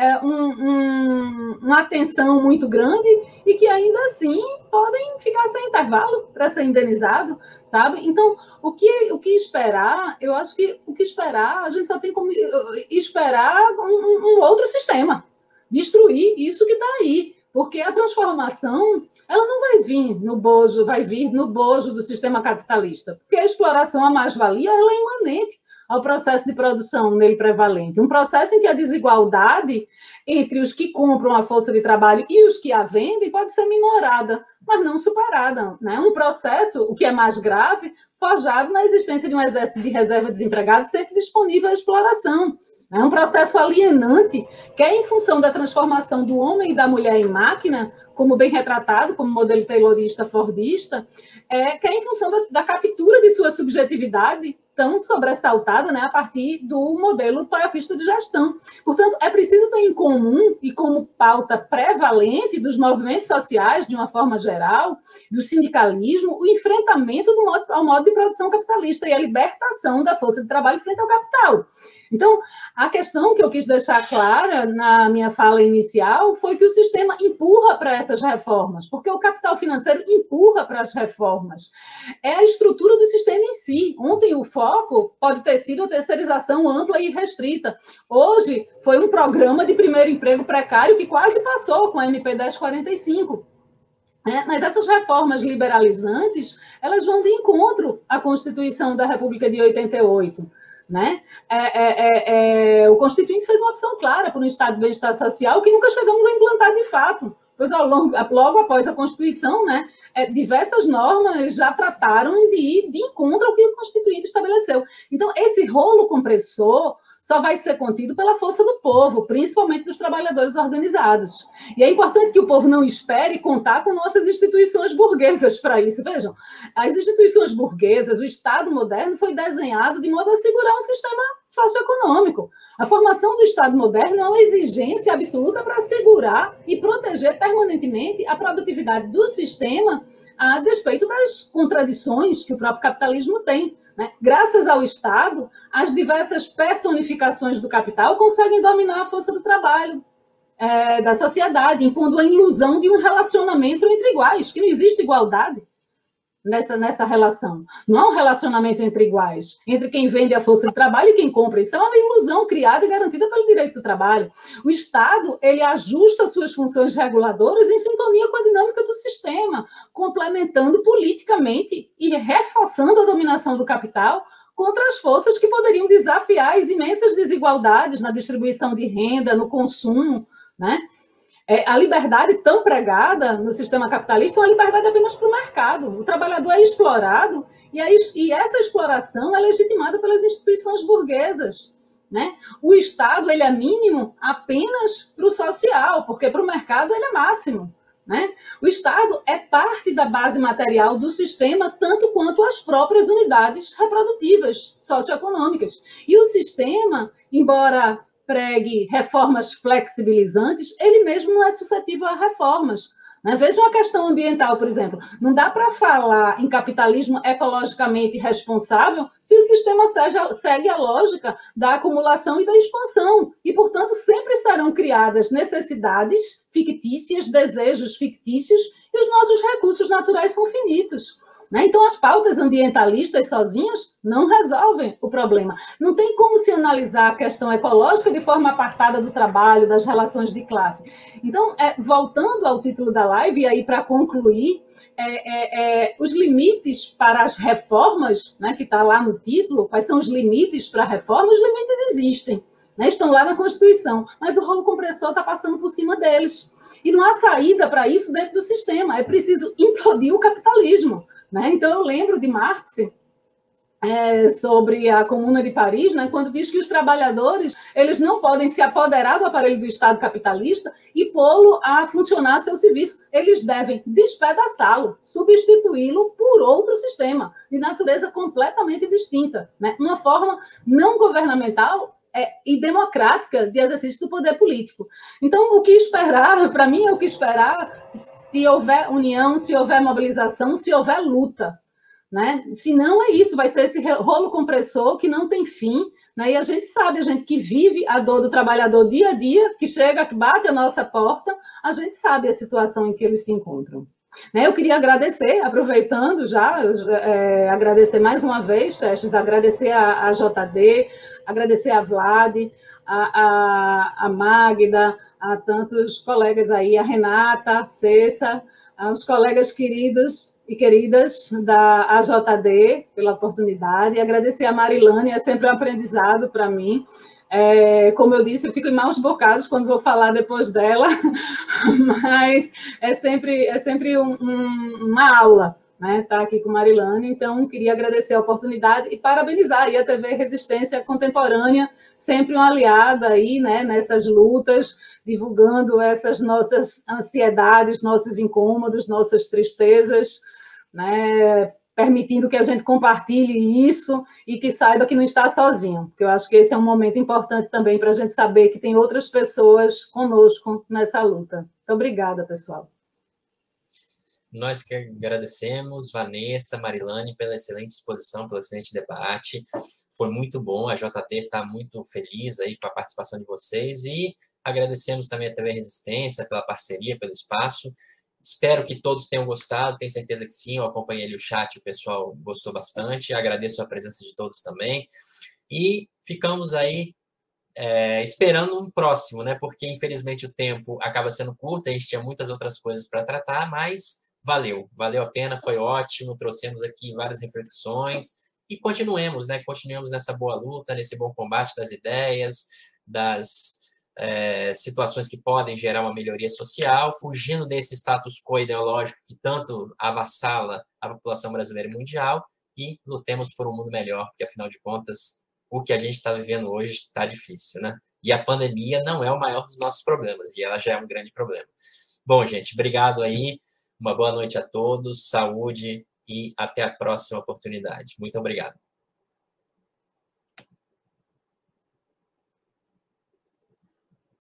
uma atenção muito grande e que ainda assim podem ficar sem intervalo para ser indenizado, sabe? Então, o que esperar, eu acho que o que esperar, a gente só tem como esperar um outro sistema, destruir isso que está aí, porque a transformação, ela não vai vir no bojo do sistema capitalista, porque a exploração, a mais-valia, ela é imanente ao processo de produção nele prevalente. Um processo em que a desigualdade entre os que compram a força de trabalho e os que a vendem pode ser minorada, mas não superada, né? Um processo, o que é mais grave, forjado na existência de um exército de reserva desempregado sempre disponível à exploração. É um processo alienante, que é em função da transformação do homem e da mulher em máquina, como bem retratado, como modelo taylorista, fordista, que é em função da captura de sua subjetividade tão sobressaltada, né, a partir do modelo toyotista de gestão. Portanto, é preciso ter em comum e como pauta prevalente dos movimentos sociais, de uma forma geral, do sindicalismo, o enfrentamento ao modo de produção capitalista e a libertação da força de trabalho frente ao capital. Então, a questão que eu quis deixar clara na minha fala inicial foi que o sistema empurra para essas reformas, porque o capital financeiro empurra para as reformas. É a estrutura do sistema em si. Ontem o foco pode ter sido a terceirização ampla e restrita. Hoje foi um programa de primeiro emprego precário que quase passou com a MP 1045. Mas essas reformas liberalizantes, elas vão de encontro à Constituição da República de 88. Né? O Constituinte fez uma opção clara por um Estado de bem-estar social que nunca chegamos a implantar de fato, pois logo após a Constituição, né, diversas normas já trataram de ir de encontro ao que o Constituinte estabeleceu. Então, esse rolo compressor só vai ser contido pela força do povo, principalmente dos trabalhadores organizados. E é importante que o povo não espere contar com nossas instituições burguesas para isso. Vejam, as instituições burguesas, o Estado moderno foi desenhado de modo a assegurar um sistema socioeconômico. A formação do Estado moderno é uma exigência absoluta para assegurar e proteger permanentemente a produtividade do sistema a despeito das contradições que o próprio capitalismo tem. Graças ao Estado, as diversas personificações do capital conseguem dominar a força do trabalho da sociedade, impondo a ilusão de um relacionamento entre iguais, que não existe igualdade nessa relação. Não há um relacionamento entre iguais, entre quem vende a força de trabalho e quem compra. Isso é uma ilusão criada e garantida pelo direito do trabalho. O Estado, ele ajusta suas funções reguladoras em sintonia com a dinâmica do sistema, complementando politicamente e reforçando a dominação do capital contra as forças que poderiam desafiar as imensas desigualdades na distribuição de renda, no consumo, né? A liberdade tão pregada no sistema capitalista é uma liberdade apenas para o mercado. O trabalhador é explorado e essa exploração é legitimada pelas instituições burguesas. Né? O Estado ele é mínimo apenas para o social, porque para o mercado ele é máximo. né? O Estado é parte da base material do sistema, tanto quanto as próprias unidades reprodutivas, socioeconômicas. E o sistema, embora pregue reformas flexibilizantes, ele mesmo não é suscetível a reformas. Veja uma questão ambiental, por exemplo. Não dá para falar em capitalismo ecologicamente responsável se o sistema segue a lógica da acumulação e da expansão. E, portanto, sempre serão criadas necessidades fictícias, desejos fictícios, e os nossos recursos naturais são finitos. Então, as pautas ambientalistas sozinhas não resolvem o problema. Não tem como se analisar a questão ecológica de forma apartada do trabalho, das relações de classe. Então, voltando ao título da live, e aí para concluir, os limites para as reformas, né, que está lá no título, quais são os limites para a reforma? Os limites existem, né, estão lá na Constituição, mas o rolo compressor está passando por cima deles. E não há saída para isso dentro do sistema, é preciso implodir o capitalismo. Então, eu lembro de Marx, sobre a Comuna de Paris, né, quando diz que os trabalhadores eles não podem se apoderar do aparelho do Estado capitalista e pô-lo a funcionar a seu serviço. Eles devem despedaçá-lo, substituí-lo por outro sistema, de natureza completamente distinta, né? Uma forma não governamental e democrática de exercício do poder político. Então, o que esperar, para mim, é o que esperar se houver união, se houver mobilização, se houver luta, né? Se não é isso, vai ser esse rolo compressor que não tem fim, né? E a gente sabe, a gente que vive a dor do trabalhador dia a dia, que chega, que bate a nossa porta, a gente sabe a situação em que eles se encontram. Eu queria agradecer, aproveitando já, agradecer mais uma vez, Xerxes, agradecer a JD, agradecer a Vlad, a Magda, a tantos colegas aí, a Renata, a Cessa, aos colegas queridos e queridas da AJD pela oportunidade, e agradecer a Marilane, é sempre um aprendizado para mim. Como eu disse, eu fico em maus bocados quando vou falar depois dela, mas é sempre uma aula, né, estar aqui com Marilane. Então, queria agradecer a oportunidade e parabenizar aí a TV Resistência Contemporânea, sempre uma aliada aí, né, nessas lutas, divulgando essas nossas ansiedades, nossos incômodos, nossas tristezas, né, permitindo que a gente compartilhe isso e que saiba que não está sozinho, porque eu acho que esse é um momento importante também para a gente saber que tem outras pessoas conosco nessa luta. Muito obrigada, pessoal. Nós que agradecemos, Vanessa, Marilane, pela excelente exposição, pelo excelente debate. Foi muito bom, a JD está muito feliz aí com a participação de vocês e agradecemos também a TV Resistência pela parceria, pelo espaço. Espero que todos tenham gostado, tenho certeza que sim, eu acompanhei ali o chat, o pessoal gostou bastante, agradeço a presença de todos também. E ficamos aí esperando um próximo, né? Porque infelizmente o tempo acaba sendo curto, a gente tinha muitas outras coisas para tratar, mas valeu a pena, foi ótimo, trouxemos aqui várias reflexões e continuemos, né? Continuemos nessa boa luta, nesse bom combate das ideias, das situações que podem gerar uma melhoria social, fugindo desse status quo ideológico que tanto avassala a população brasileira e mundial, e lutemos por um mundo melhor, porque, afinal de contas, o que a gente está vivendo hoje está difícil, né? E a pandemia não é o maior dos nossos problemas, e ela já é um grande problema. Bom, gente, obrigado aí, uma boa noite a todos, saúde e até a próxima oportunidade. Muito obrigado.